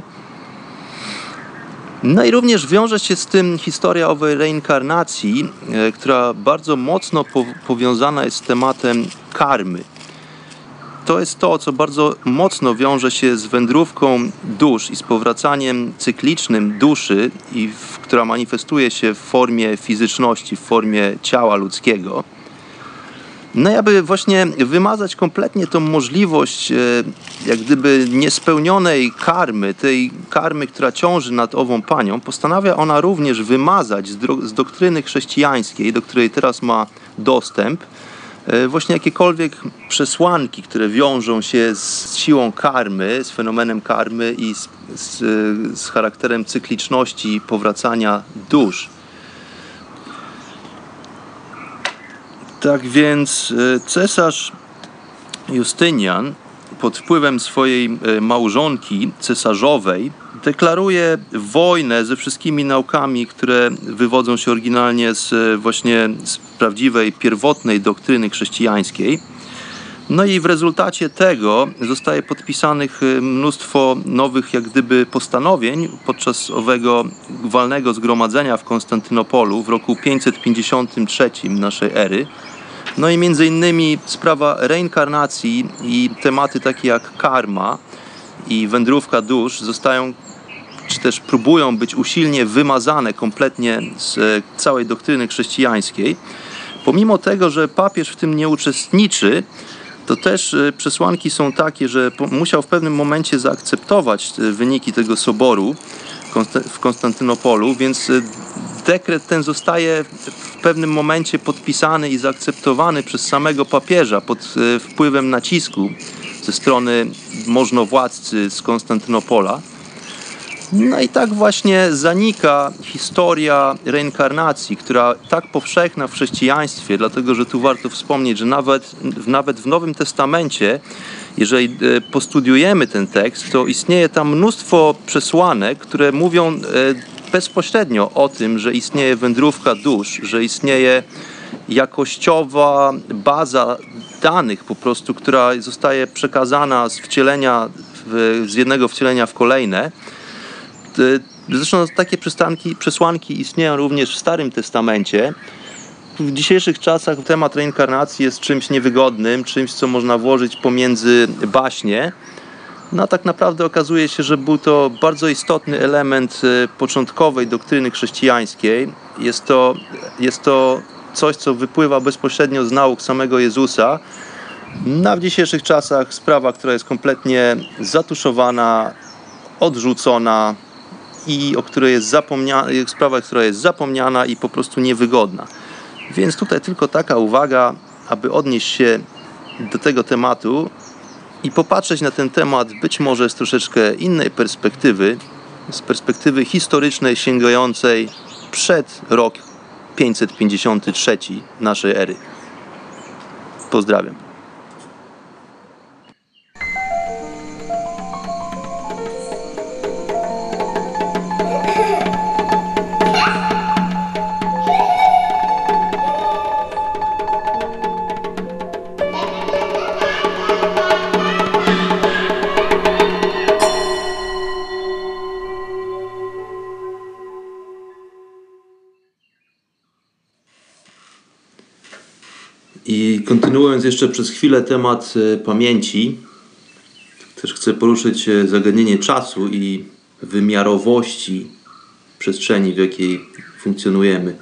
No i również wiąże się z tym historia owej reinkarnacji, która bardzo mocno powiązana jest z tematem karmy. To jest to, co bardzo mocno wiąże się z wędrówką dusz i z powracaniem cyklicznym duszy, która manifestuje się w formie fizyczności, w formie ciała ludzkiego. No i aby właśnie wymazać kompletnie tą możliwość jak gdyby niespełnionej karmy, tej karmy, która ciąży nad ową panią, postanawia ona również wymazać z doktryny chrześcijańskiej, do której teraz ma dostęp, właśnie jakiekolwiek przesłanki, które wiążą się z siłą karmy, z fenomenem karmy i z charakterem cykliczności powracania dusz. Tak więc cesarz Justynian pod wpływem swojej małżonki cesarzowej deklaruje wojnę ze wszystkimi naukami, które wywodzą się oryginalnie z prawdziwej, pierwotnej doktryny chrześcijańskiej. No i w rezultacie tego zostaje podpisanych mnóstwo nowych jak gdyby postanowień podczas owego walnego zgromadzenia w Konstantynopolu w roku 553 naszej ery. No i między innymi sprawa reinkarnacji i tematy takie jak karma i wędrówka dusz zostają, czy też próbują być usilnie wymazane kompletnie z całej doktryny chrześcijańskiej. Pomimo tego, że papież w tym nie uczestniczy, to też przesłanki są takie, że musiał w pewnym momencie zaakceptować wyniki tego soboru w Konstantynopolu, więc dekret ten zostaje w pewnym momencie podpisany i zaakceptowany przez samego papieża pod wpływem nacisku ze strony możnowładcy z Konstantynopola. No i tak właśnie zanika historia reinkarnacji, która tak powszechna w chrześcijaństwie, dlatego że tu warto wspomnieć, że nawet w Nowym Testamencie, jeżeli postudiujemy ten tekst, to istnieje tam mnóstwo przesłanek, które mówią bezpośrednio o tym, że istnieje wędrówka dusz, że istnieje jakościowa baza danych po prostu, która zostaje przekazana z jednego wcielenia w kolejne. Zresztą takie przesłanki istnieją również w Starym Testamencie. w dzisiejszych czasach temat reinkarnacji jest czymś niewygodnym, czymś, co można włożyć pomiędzy baśnie. No a tak naprawdę okazuje się, że był to bardzo istotny element początkowej doktryny chrześcijańskiej. Jest to coś, co wypływa bezpośrednio z nauk samego Jezusa. W dzisiejszych czasach sprawa, która jest kompletnie zatuszowana, odrzucona i o której jest sprawa, która jest zapomniana i po prostu niewygodna. Więc tutaj tylko taka uwaga, aby odnieść się do tego tematu i popatrzeć na ten temat być może z troszeczkę innej perspektywy, z perspektywy historycznej sięgającej przed rok 553 naszej ery. Pozdrawiam. I kontynuując jeszcze przez chwilę temat pamięci, też chcę poruszyć zagadnienie czasu i wymiarowości przestrzeni, w jakiej funkcjonujemy.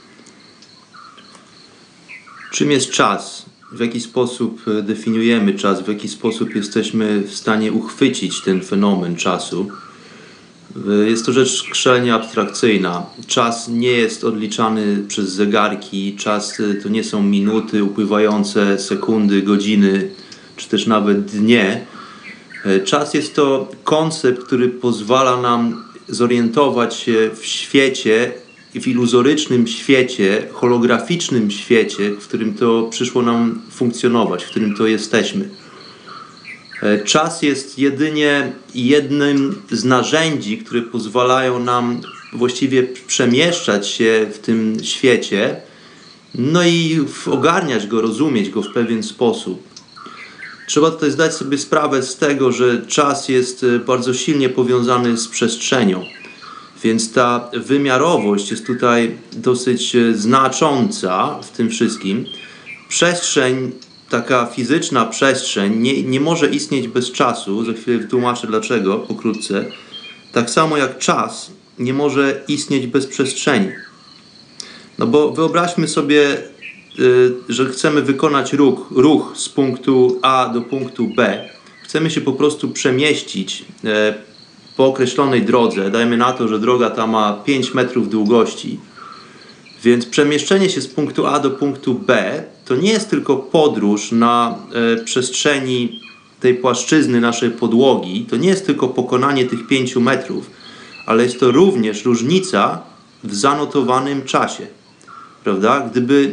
Czym jest czas? W jaki sposób definiujemy czas? W jaki sposób jesteśmy w stanie uchwycić ten fenomen czasu? Jest to rzecz szalenie abstrakcyjna. Czas nie jest odliczany przez zegarki, czas to nie są minuty upływające, sekundy, godziny, czy też nawet dnie. Czas jest to koncept, który pozwala nam zorientować się w świecie, w iluzorycznym świecie, holograficznym świecie, w którym to przyszło nam funkcjonować, w którym to jesteśmy. Czas jest jedynie jednym z narzędzi, które pozwalają nam właściwie przemieszczać się w tym świecie, no i ogarniać go, rozumieć go w pewien sposób. Trzeba tutaj zdać sobie sprawę z tego, że czas jest bardzo silnie powiązany z przestrzenią, więc ta wymiarowość jest tutaj dosyć znacząca w tym wszystkim. Przestrzeń, taka fizyczna przestrzeń nie może istnieć bez czasu. Za chwilę wytłumaczę dlaczego pokrótce. Tak samo jak czas nie może istnieć bez przestrzeni. No bo wyobraźmy sobie, że chcemy wykonać ruch z punktu A do punktu B. Chcemy się po prostu przemieścić po określonej drodze. Dajmy na to, że droga ta ma 5 metrów długości. Więc przemieszczenie się z punktu A do punktu B to nie jest tylko podróż na przestrzeni tej płaszczyzny naszej podłogi, to nie jest tylko pokonanie tych 5 metrów, ale jest to również różnica w zanotowanym czasie. Prawda? Gdyby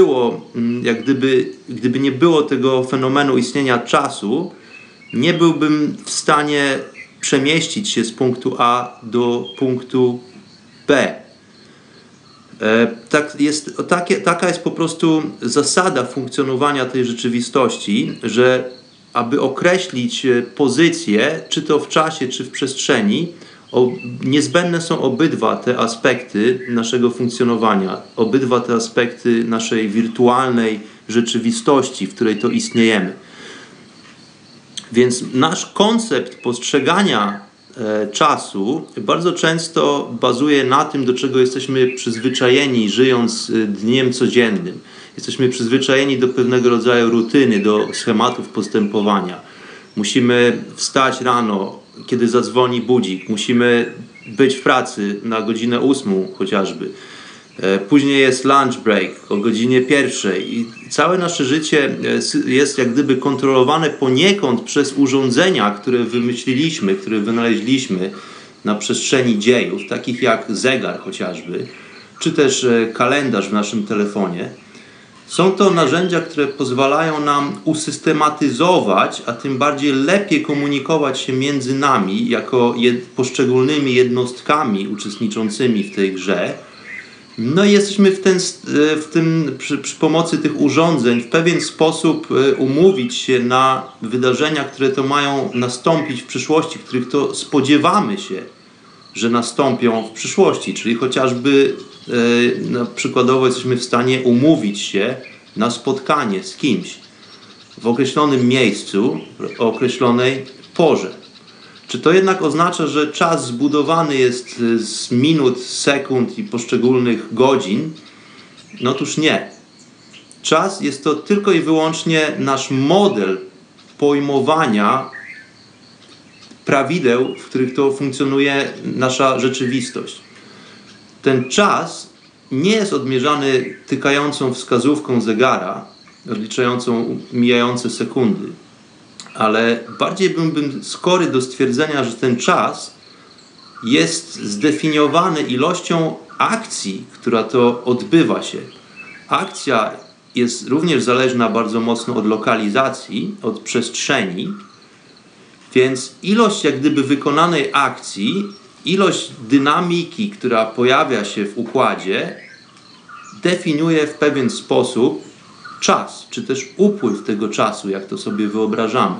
nie było tego fenomenu istnienia czasu, nie byłbym w stanie przemieścić się z punktu A do punktu B. Taka jest po prostu zasada funkcjonowania tej rzeczywistości, że aby określić pozycję, czy to w czasie, czy w przestrzeni, niezbędne są obydwa te aspekty naszego funkcjonowania, obydwa te aspekty naszej wirtualnej rzeczywistości, w której to istniejemy. Więc nasz koncept postrzegania czasu bardzo często bazuje na tym, do czego jesteśmy przyzwyczajeni, żyjąc dniem codziennym. Jesteśmy przyzwyczajeni do pewnego rodzaju rutyny, do schematów postępowania. Musimy wstać rano, kiedy zadzwoni budzik. Musimy być w pracy na godzinę 8 chociażby. Później jest lunch break o godzinie 1. I całe nasze życie jest jak gdyby kontrolowane poniekąd przez urządzenia, które wymyśliliśmy, które wynaleźliśmy na przestrzeni dziejów, takich jak zegar chociażby, czy też kalendarz w naszym telefonie. Są to narzędzia, które pozwalają nam usystematyzować, a tym bardziej lepiej komunikować się między nami jako poszczególnymi jednostkami uczestniczącymi w tej grze. No i jesteśmy przy pomocy tych urządzeń w pewien sposób umówić się na wydarzenia, które to mają nastąpić w przyszłości, których to spodziewamy się, że nastąpią w przyszłości, czyli chociażby przykładowo jesteśmy w stanie umówić się na spotkanie z kimś w określonym miejscu, o określonej porze. Czy to jednak oznacza, że czas zbudowany jest z minut, sekund i poszczególnych godzin? No otóż nie. Czas jest to tylko i wyłącznie nasz model pojmowania prawideł, w których to funkcjonuje nasza rzeczywistość. Ten czas nie jest odmierzany tykającą wskazówką zegara, odliczającą mijające sekundy, ale bardziej byłbym skory do stwierdzenia, że ten czas jest zdefiniowany ilością akcji, która to odbywa się. Akcja jest również zależna bardzo mocno od lokalizacji, od przestrzeni, więc ilość jak gdyby wykonanej akcji, ilość dynamiki, która pojawia się w układzie, definiuje w pewien sposób czas, czy też upływ tego czasu, jak to sobie wyobrażamy.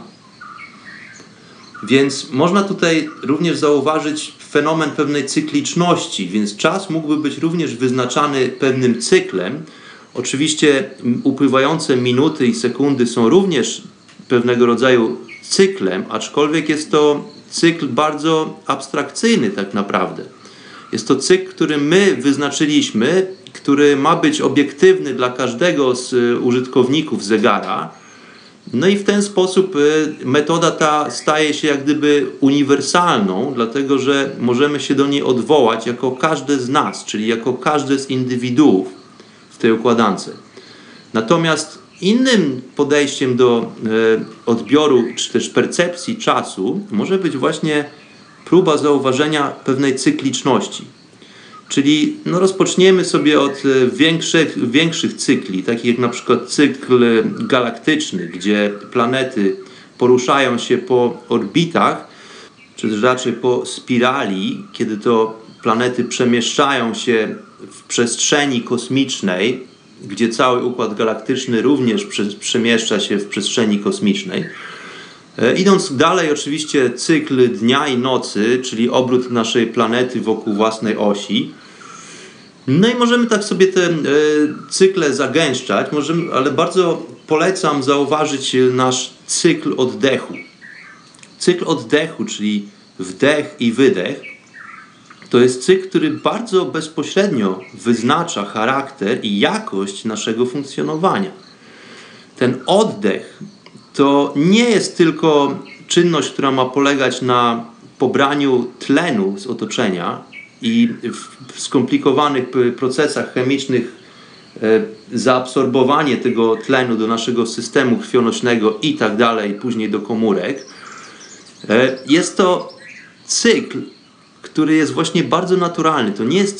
Więc można tutaj również zauważyć fenomen pewnej cykliczności, więc czas mógłby być również wyznaczany pewnym cyklem. Oczywiście upływające minuty i sekundy są również pewnego rodzaju cyklem, aczkolwiek jest to cykl bardzo abstrakcyjny tak naprawdę. Jest to cykl, który my wyznaczyliśmy, który ma być obiektywny dla każdego z użytkowników zegara. No i w ten sposób metoda ta staje się jak gdyby uniwersalną, dlatego że możemy się do niej odwołać jako każde z nas, czyli jako każde z indywiduów w tej układance. Natomiast innym podejściem do odbioru czy też percepcji czasu może być właśnie próba zauważenia pewnej cykliczności. Czyli rozpoczniemy sobie od większych cykli, takich jak na przykład cykl galaktyczny, gdzie planety poruszają się po orbitach, czy też raczej po spirali, kiedy to planety przemieszczają się w przestrzeni kosmicznej, gdzie cały układ galaktyczny również przemieszcza się w przestrzeni kosmicznej. Idąc dalej, oczywiście cykl dnia i nocy, czyli obrót naszej planety wokół własnej osi. No i możemy tak sobie te cykle zagęszczać, ale bardzo polecam zauważyć nasz cykl oddechu. Cykl oddechu, czyli wdech i wydech, to jest cykl, który bardzo bezpośrednio wyznacza charakter i jakość naszego funkcjonowania. Ten oddech to nie jest tylko czynność, która ma polegać na pobraniu tlenu z otoczenia i w skomplikowanych procesach chemicznych zaabsorbowanie tego tlenu do naszego systemu krwionośnego i tak dalej, później do komórek. Jest to cykl, który jest właśnie bardzo naturalny. To nie jest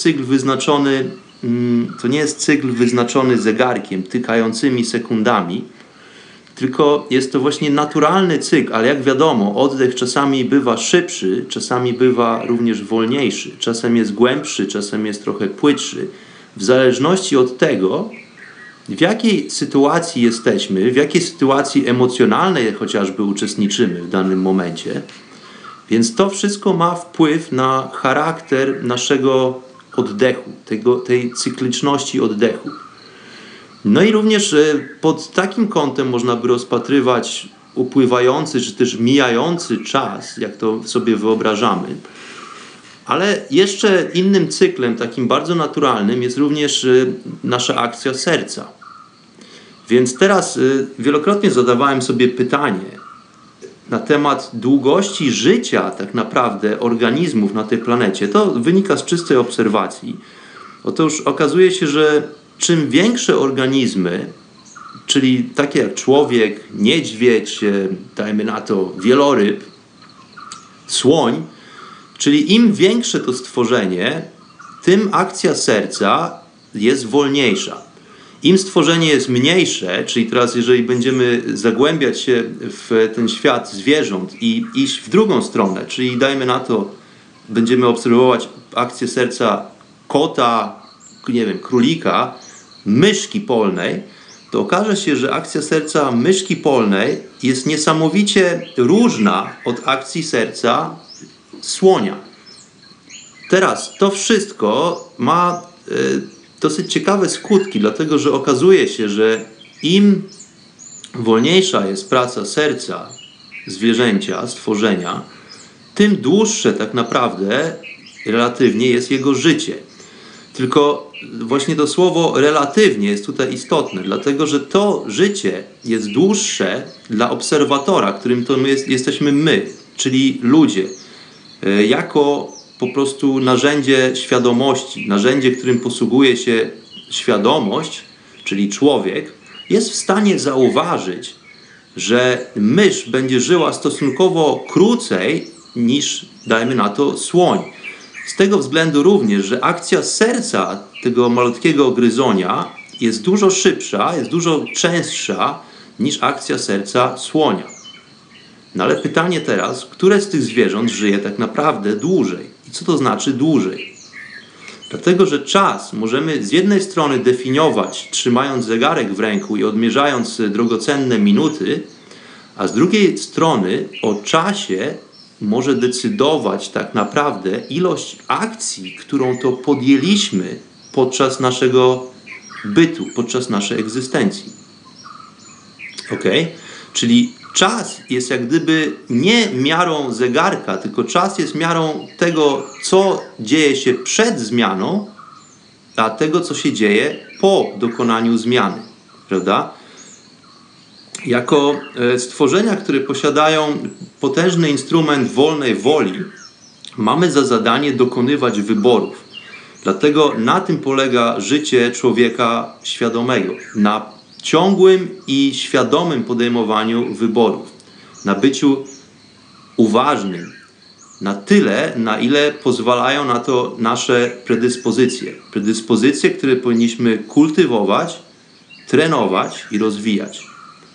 cykl wyznaczony zegarkiem, tykającymi sekundami, tylko jest to właśnie naturalny cykl, ale jak wiadomo, oddech czasami bywa szybszy, czasami bywa również wolniejszy, czasem jest głębszy, czasem jest trochę płytszy, w zależności od tego, w jakiej sytuacji jesteśmy, w jakiej sytuacji emocjonalnej chociażby uczestniczymy w danym momencie. Więc to wszystko ma wpływ na charakter naszego oddechu, tej cykliczności oddechu. No i również pod takim kątem można by rozpatrywać upływający czy też mijający czas, jak to sobie wyobrażamy. Ale jeszcze innym cyklem, takim bardzo naturalnym, jest również nasza akcja serca. Więc teraz wielokrotnie zadawałem sobie pytanie na temat długości życia tak naprawdę organizmów na tej planecie. To wynika z czystej obserwacji. Otóż okazuje się, że czym większe organizmy, czyli takie jak człowiek, niedźwiedź, dajmy na to wieloryb, słoń, czyli im większe to stworzenie, tym akcja serca jest wolniejsza. Im stworzenie jest mniejsze, czyli teraz jeżeli będziemy zagłębiać się w ten świat zwierząt i iść w drugą stronę, czyli dajmy na to, będziemy obserwować akcję serca kota, nie wiem, królika, myszki polnej, to okaże się, że akcja serca myszki polnej jest niesamowicie różna od akcji serca słonia. Teraz to wszystko ma dosyć ciekawe skutki, dlatego że okazuje się, że im wolniejsza jest praca serca zwierzęcia, stworzenia, tym dłuższe tak naprawdę relatywnie jest jego życie. Tylko właśnie to słowo relatywnie jest tutaj istotne, dlatego że to życie jest dłuższe dla obserwatora, którym to jesteśmy my, czyli ludzie, jako po prostu narzędzie świadomości, narzędzie, którym posługuje się świadomość, czyli człowiek, jest w stanie zauważyć, że mysz będzie żyła stosunkowo krócej niż, dajmy na to, słoń. Z tego względu również, że akcja serca tego malutkiego gryzonia jest dużo szybsza, jest dużo częstsza niż akcja serca słonia. No ale pytanie teraz, które z tych zwierząt żyje tak naprawdę dłużej? I co to znaczy dłużej? Dlatego, że czas możemy z jednej strony definiować, trzymając zegarek w ręku i odmierzając drogocenne minuty, a z drugiej strony o czasie może decydować tak naprawdę ilość akcji, którą to podjęliśmy podczas naszego bytu, podczas naszej egzystencji. Ok? Czyli czas jest jak gdyby nie miarą zegarka, tylko czas jest miarą tego, co dzieje się przed zmianą, a tego, co się dzieje po dokonaniu zmiany. Prawda? Jako stworzenia, które posiadają potężny instrument wolnej woli, mamy za zadanie dokonywać wyborów. Dlatego na tym polega życie człowieka świadomego. Na ciągłym i świadomym podejmowaniu wyborów. Na byciu uważnym. Na tyle, na ile pozwalają na to nasze predyspozycje. Predyspozycje, które powinniśmy kultywować, trenować i rozwijać.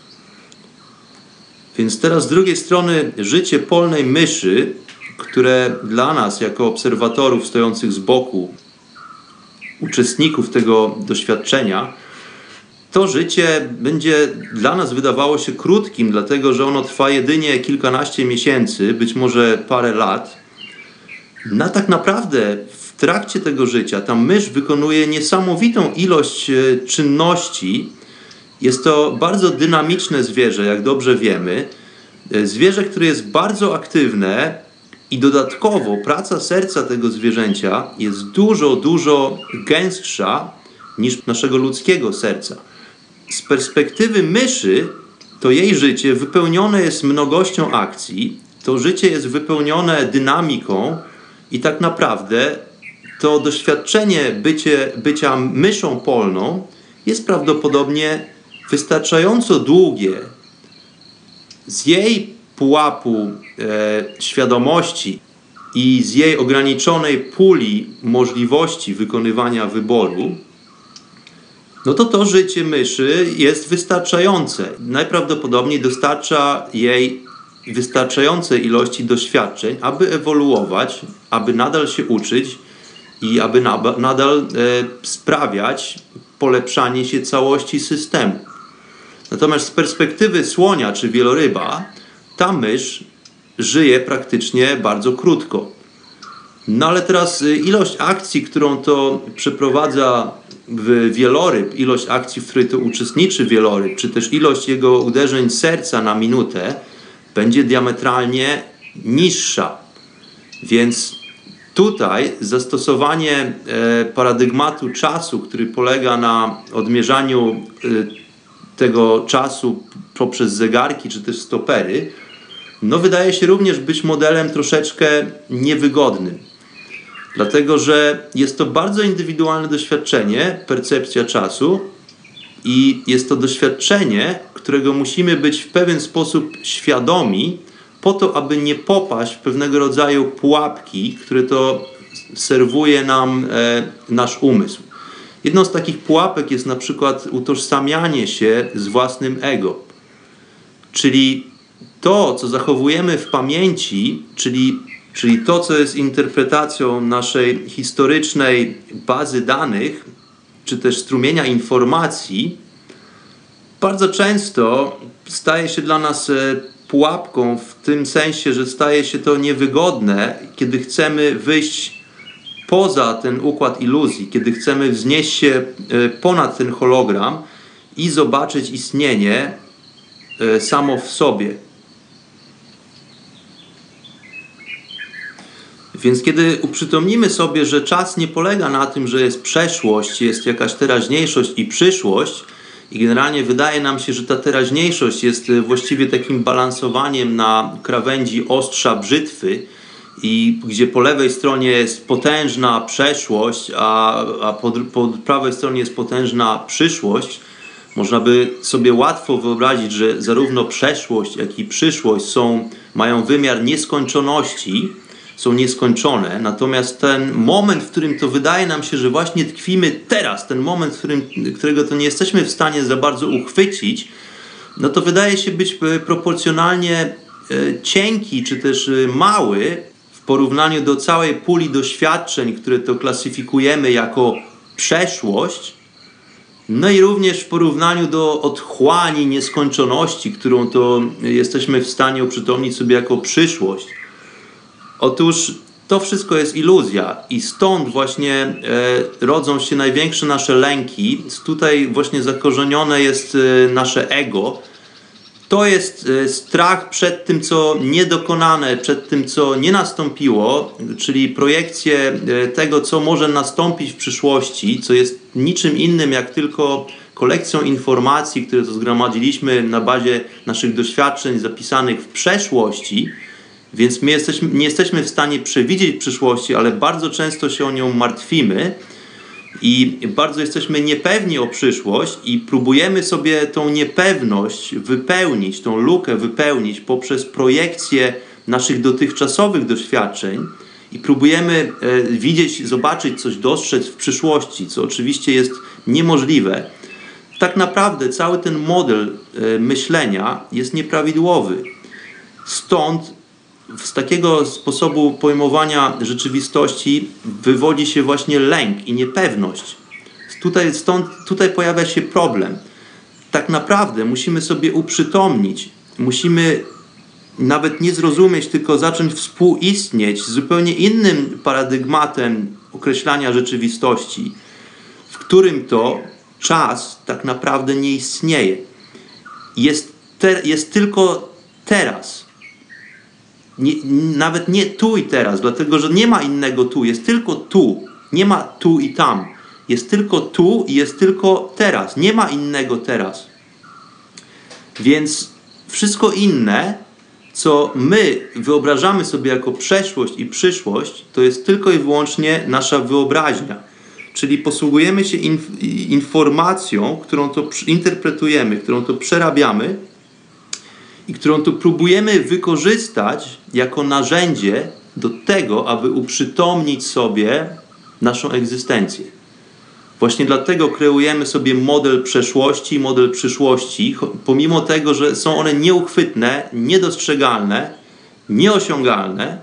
Więc teraz z drugiej strony życie polnej myszy, które dla nas jako obserwatorów stojących z boku, uczestników tego doświadczenia, to życie będzie dla nas wydawało się krótkim, dlatego że ono trwa jedynie kilkanaście miesięcy, być może parę lat. No tak naprawdę w trakcie tego życia ta mysz wykonuje niesamowitą ilość czynności. Jest to bardzo dynamiczne zwierzę, jak dobrze wiemy. Zwierzę, które jest bardzo aktywne i dodatkowo praca serca tego zwierzęcia jest dużo gęstsza niż naszego ludzkiego serca. Z perspektywy myszy to jej życie wypełnione jest mnogością akcji, to życie jest wypełnione dynamiką i tak naprawdę to doświadczenie bycia myszą polną jest prawdopodobnie wystarczająco długie z jej pułapu świadomości i z jej ograniczonej puli możliwości wykonywania wyboru, no to życie myszy jest wystarczające. Najprawdopodobniej dostarcza jej wystarczającej ilości doświadczeń, aby ewoluować, aby nadal się uczyć i aby nadal sprawiać polepszanie się całości systemu. Natomiast z perspektywy słonia czy wieloryba, ta mysz żyje praktycznie bardzo krótko. No ale teraz ilość akcji, którą to przeprowadza wieloryb, ilość akcji, w której to uczestniczy wieloryb, czy też ilość jego uderzeń serca na minutę będzie diametralnie niższa. Więc tutaj zastosowanie paradygmatu czasu, który polega na odmierzaniu tego czasu poprzez zegarki czy też stopery, no wydaje się również być modelem troszeczkę niewygodnym. Dlatego, że jest to bardzo indywidualne doświadczenie, percepcja czasu i jest to doświadczenie, którego musimy być w pewien sposób świadomi po to, aby nie popaść w pewnego rodzaju pułapki, które to serwuje nam nasz umysł. Jedną z takich pułapek jest na przykład utożsamianie się z własnym ego. Czyli to, co zachowujemy w pamięci, czyli to, co jest interpretacją naszej historycznej bazy danych, czy też strumienia informacji, bardzo często staje się dla nas pułapką w tym sensie, że staje się to niewygodne, kiedy chcemy wyjść poza ten układ iluzji, kiedy chcemy wznieść się ponad ten hologram i zobaczyć istnienie samo w sobie. Więc kiedy uprzytomnimy sobie, że czas nie polega na tym, że jest przeszłość, jest jakaś teraźniejszość i przyszłość, i generalnie wydaje nam się, że ta teraźniejszość jest właściwie takim balansowaniem na krawędzi ostrza brzytwy, i gdzie po lewej stronie jest potężna przeszłość, a po prawej stronie jest potężna przyszłość. Można by sobie łatwo wyobrazić, że zarówno przeszłość, jak i przyszłość mają wymiar nieskończoności, są nieskończone. Natomiast ten moment, w którym to wydaje nam się, że właśnie tkwimy teraz, ten moment, którego to nie jesteśmy w stanie za bardzo uchwycić, no to wydaje się być proporcjonalnie cienki, czy też mały w porównaniu do całej puli doświadczeń, które to klasyfikujemy jako przeszłość, no i również w porównaniu do otchłani nieskończoności, którą to jesteśmy w stanie uprzytomnić sobie jako przyszłość. Otóż to wszystko jest iluzja i stąd właśnie rodzą się największe nasze lęki. Tutaj właśnie zakorzenione jest nasze ego. To jest strach przed tym, co niedokonane, przed tym, co nie nastąpiło, czyli projekcje tego, co może nastąpić w przyszłości, co jest niczym innym jak tylko kolekcją informacji, które to zgromadziliśmy na bazie naszych doświadczeń zapisanych w przeszłości. Więc my nie jesteśmy w stanie przewidzieć przyszłości, ale bardzo często się o nią martwimy i bardzo jesteśmy niepewni o przyszłość i próbujemy sobie tą niepewność wypełnić, tą lukę wypełnić poprzez projekcję naszych dotychczasowych doświadczeń i próbujemy widzieć, zobaczyć coś, dostrzec w przyszłości, co oczywiście jest niemożliwe. Tak naprawdę cały ten model myślenia jest nieprawidłowy. Stąd z takiego sposobu pojmowania rzeczywistości wywodzi się właśnie lęk i niepewność. Tutaj pojawia się problem. Tak naprawdę musimy sobie uprzytomnić, musimy nawet nie zrozumieć, tylko zacząć współistnieć z zupełnie innym paradygmatem określania rzeczywistości, w którym to czas tak naprawdę nie istnieje. Jest tylko teraz. Nawet nie tu i teraz, dlatego że nie ma innego tu, jest tylko tu, nie ma tu i tam. Jest tylko tu i jest tylko teraz, nie ma innego teraz. Więc wszystko inne, co my wyobrażamy sobie jako przeszłość i przyszłość, to jest tylko i wyłącznie nasza wyobraźnia. Czyli posługujemy się informacją, którą to interpretujemy, którą to przerabiamy, i którą tu próbujemy wykorzystać jako narzędzie do tego, aby uprzytomnić sobie naszą egzystencję. Właśnie dlatego kreujemy sobie model przeszłości i model przyszłości, pomimo tego, że są one nieuchwytne, niedostrzegalne, nieosiągalne,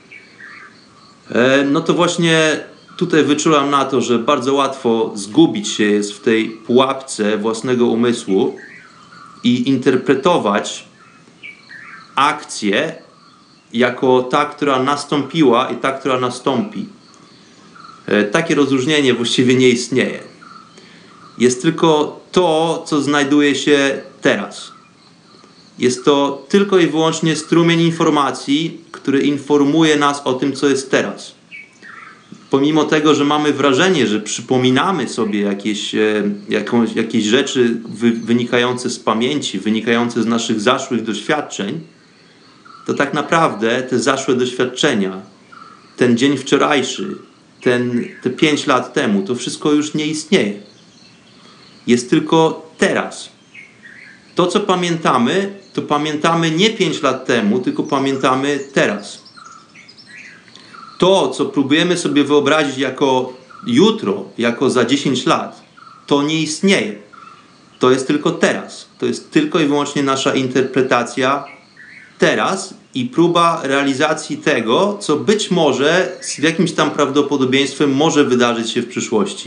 no to właśnie tutaj wyczulam na to, że bardzo łatwo zgubić się jest w tej pułapce własnego umysłu i interpretować akcję jako ta, która nastąpiła i ta, która nastąpi. Takie rozróżnienie właściwie nie istnieje. Jest tylko to, co znajduje się teraz. Jest to tylko i wyłącznie strumień informacji, który informuje nas o tym, co jest teraz. Pomimo tego, że mamy wrażenie, że przypominamy sobie jakieś rzeczy wynikające z pamięci, wynikające z naszych zaszłych doświadczeń, to tak naprawdę te zaszłe doświadczenia, ten dzień wczorajszy, te 5 lat temu, to wszystko już nie istnieje. Jest tylko teraz. To, co pamiętamy, to pamiętamy nie 5 lat temu, tylko pamiętamy teraz. To, co próbujemy sobie wyobrazić jako jutro, jako za 10 lat, to nie istnieje. To jest tylko teraz. To jest tylko i wyłącznie nasza interpretacja teraz i próba realizacji tego, co być może z jakimś tam prawdopodobieństwem może wydarzyć się w przyszłości.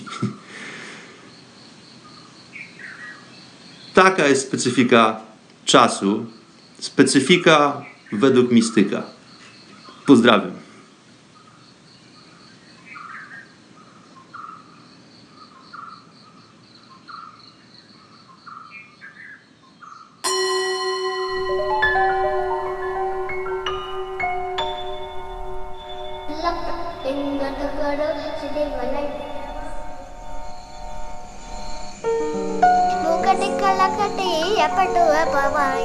Taka jest specyfika czasu, specyfika według mistyka. Pozdrawiam. टुकड़ों से बनाई मुकटे कलकटे अपटुआ पवाई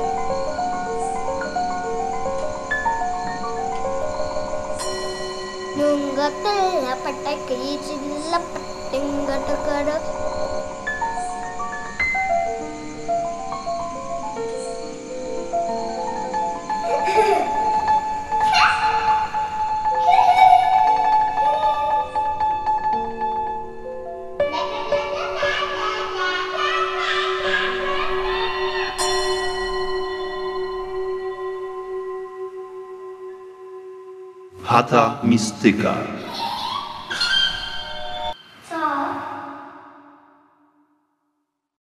नुंगते अपटके चिल्लपटिंग टुकड़ों Chata Mistyka.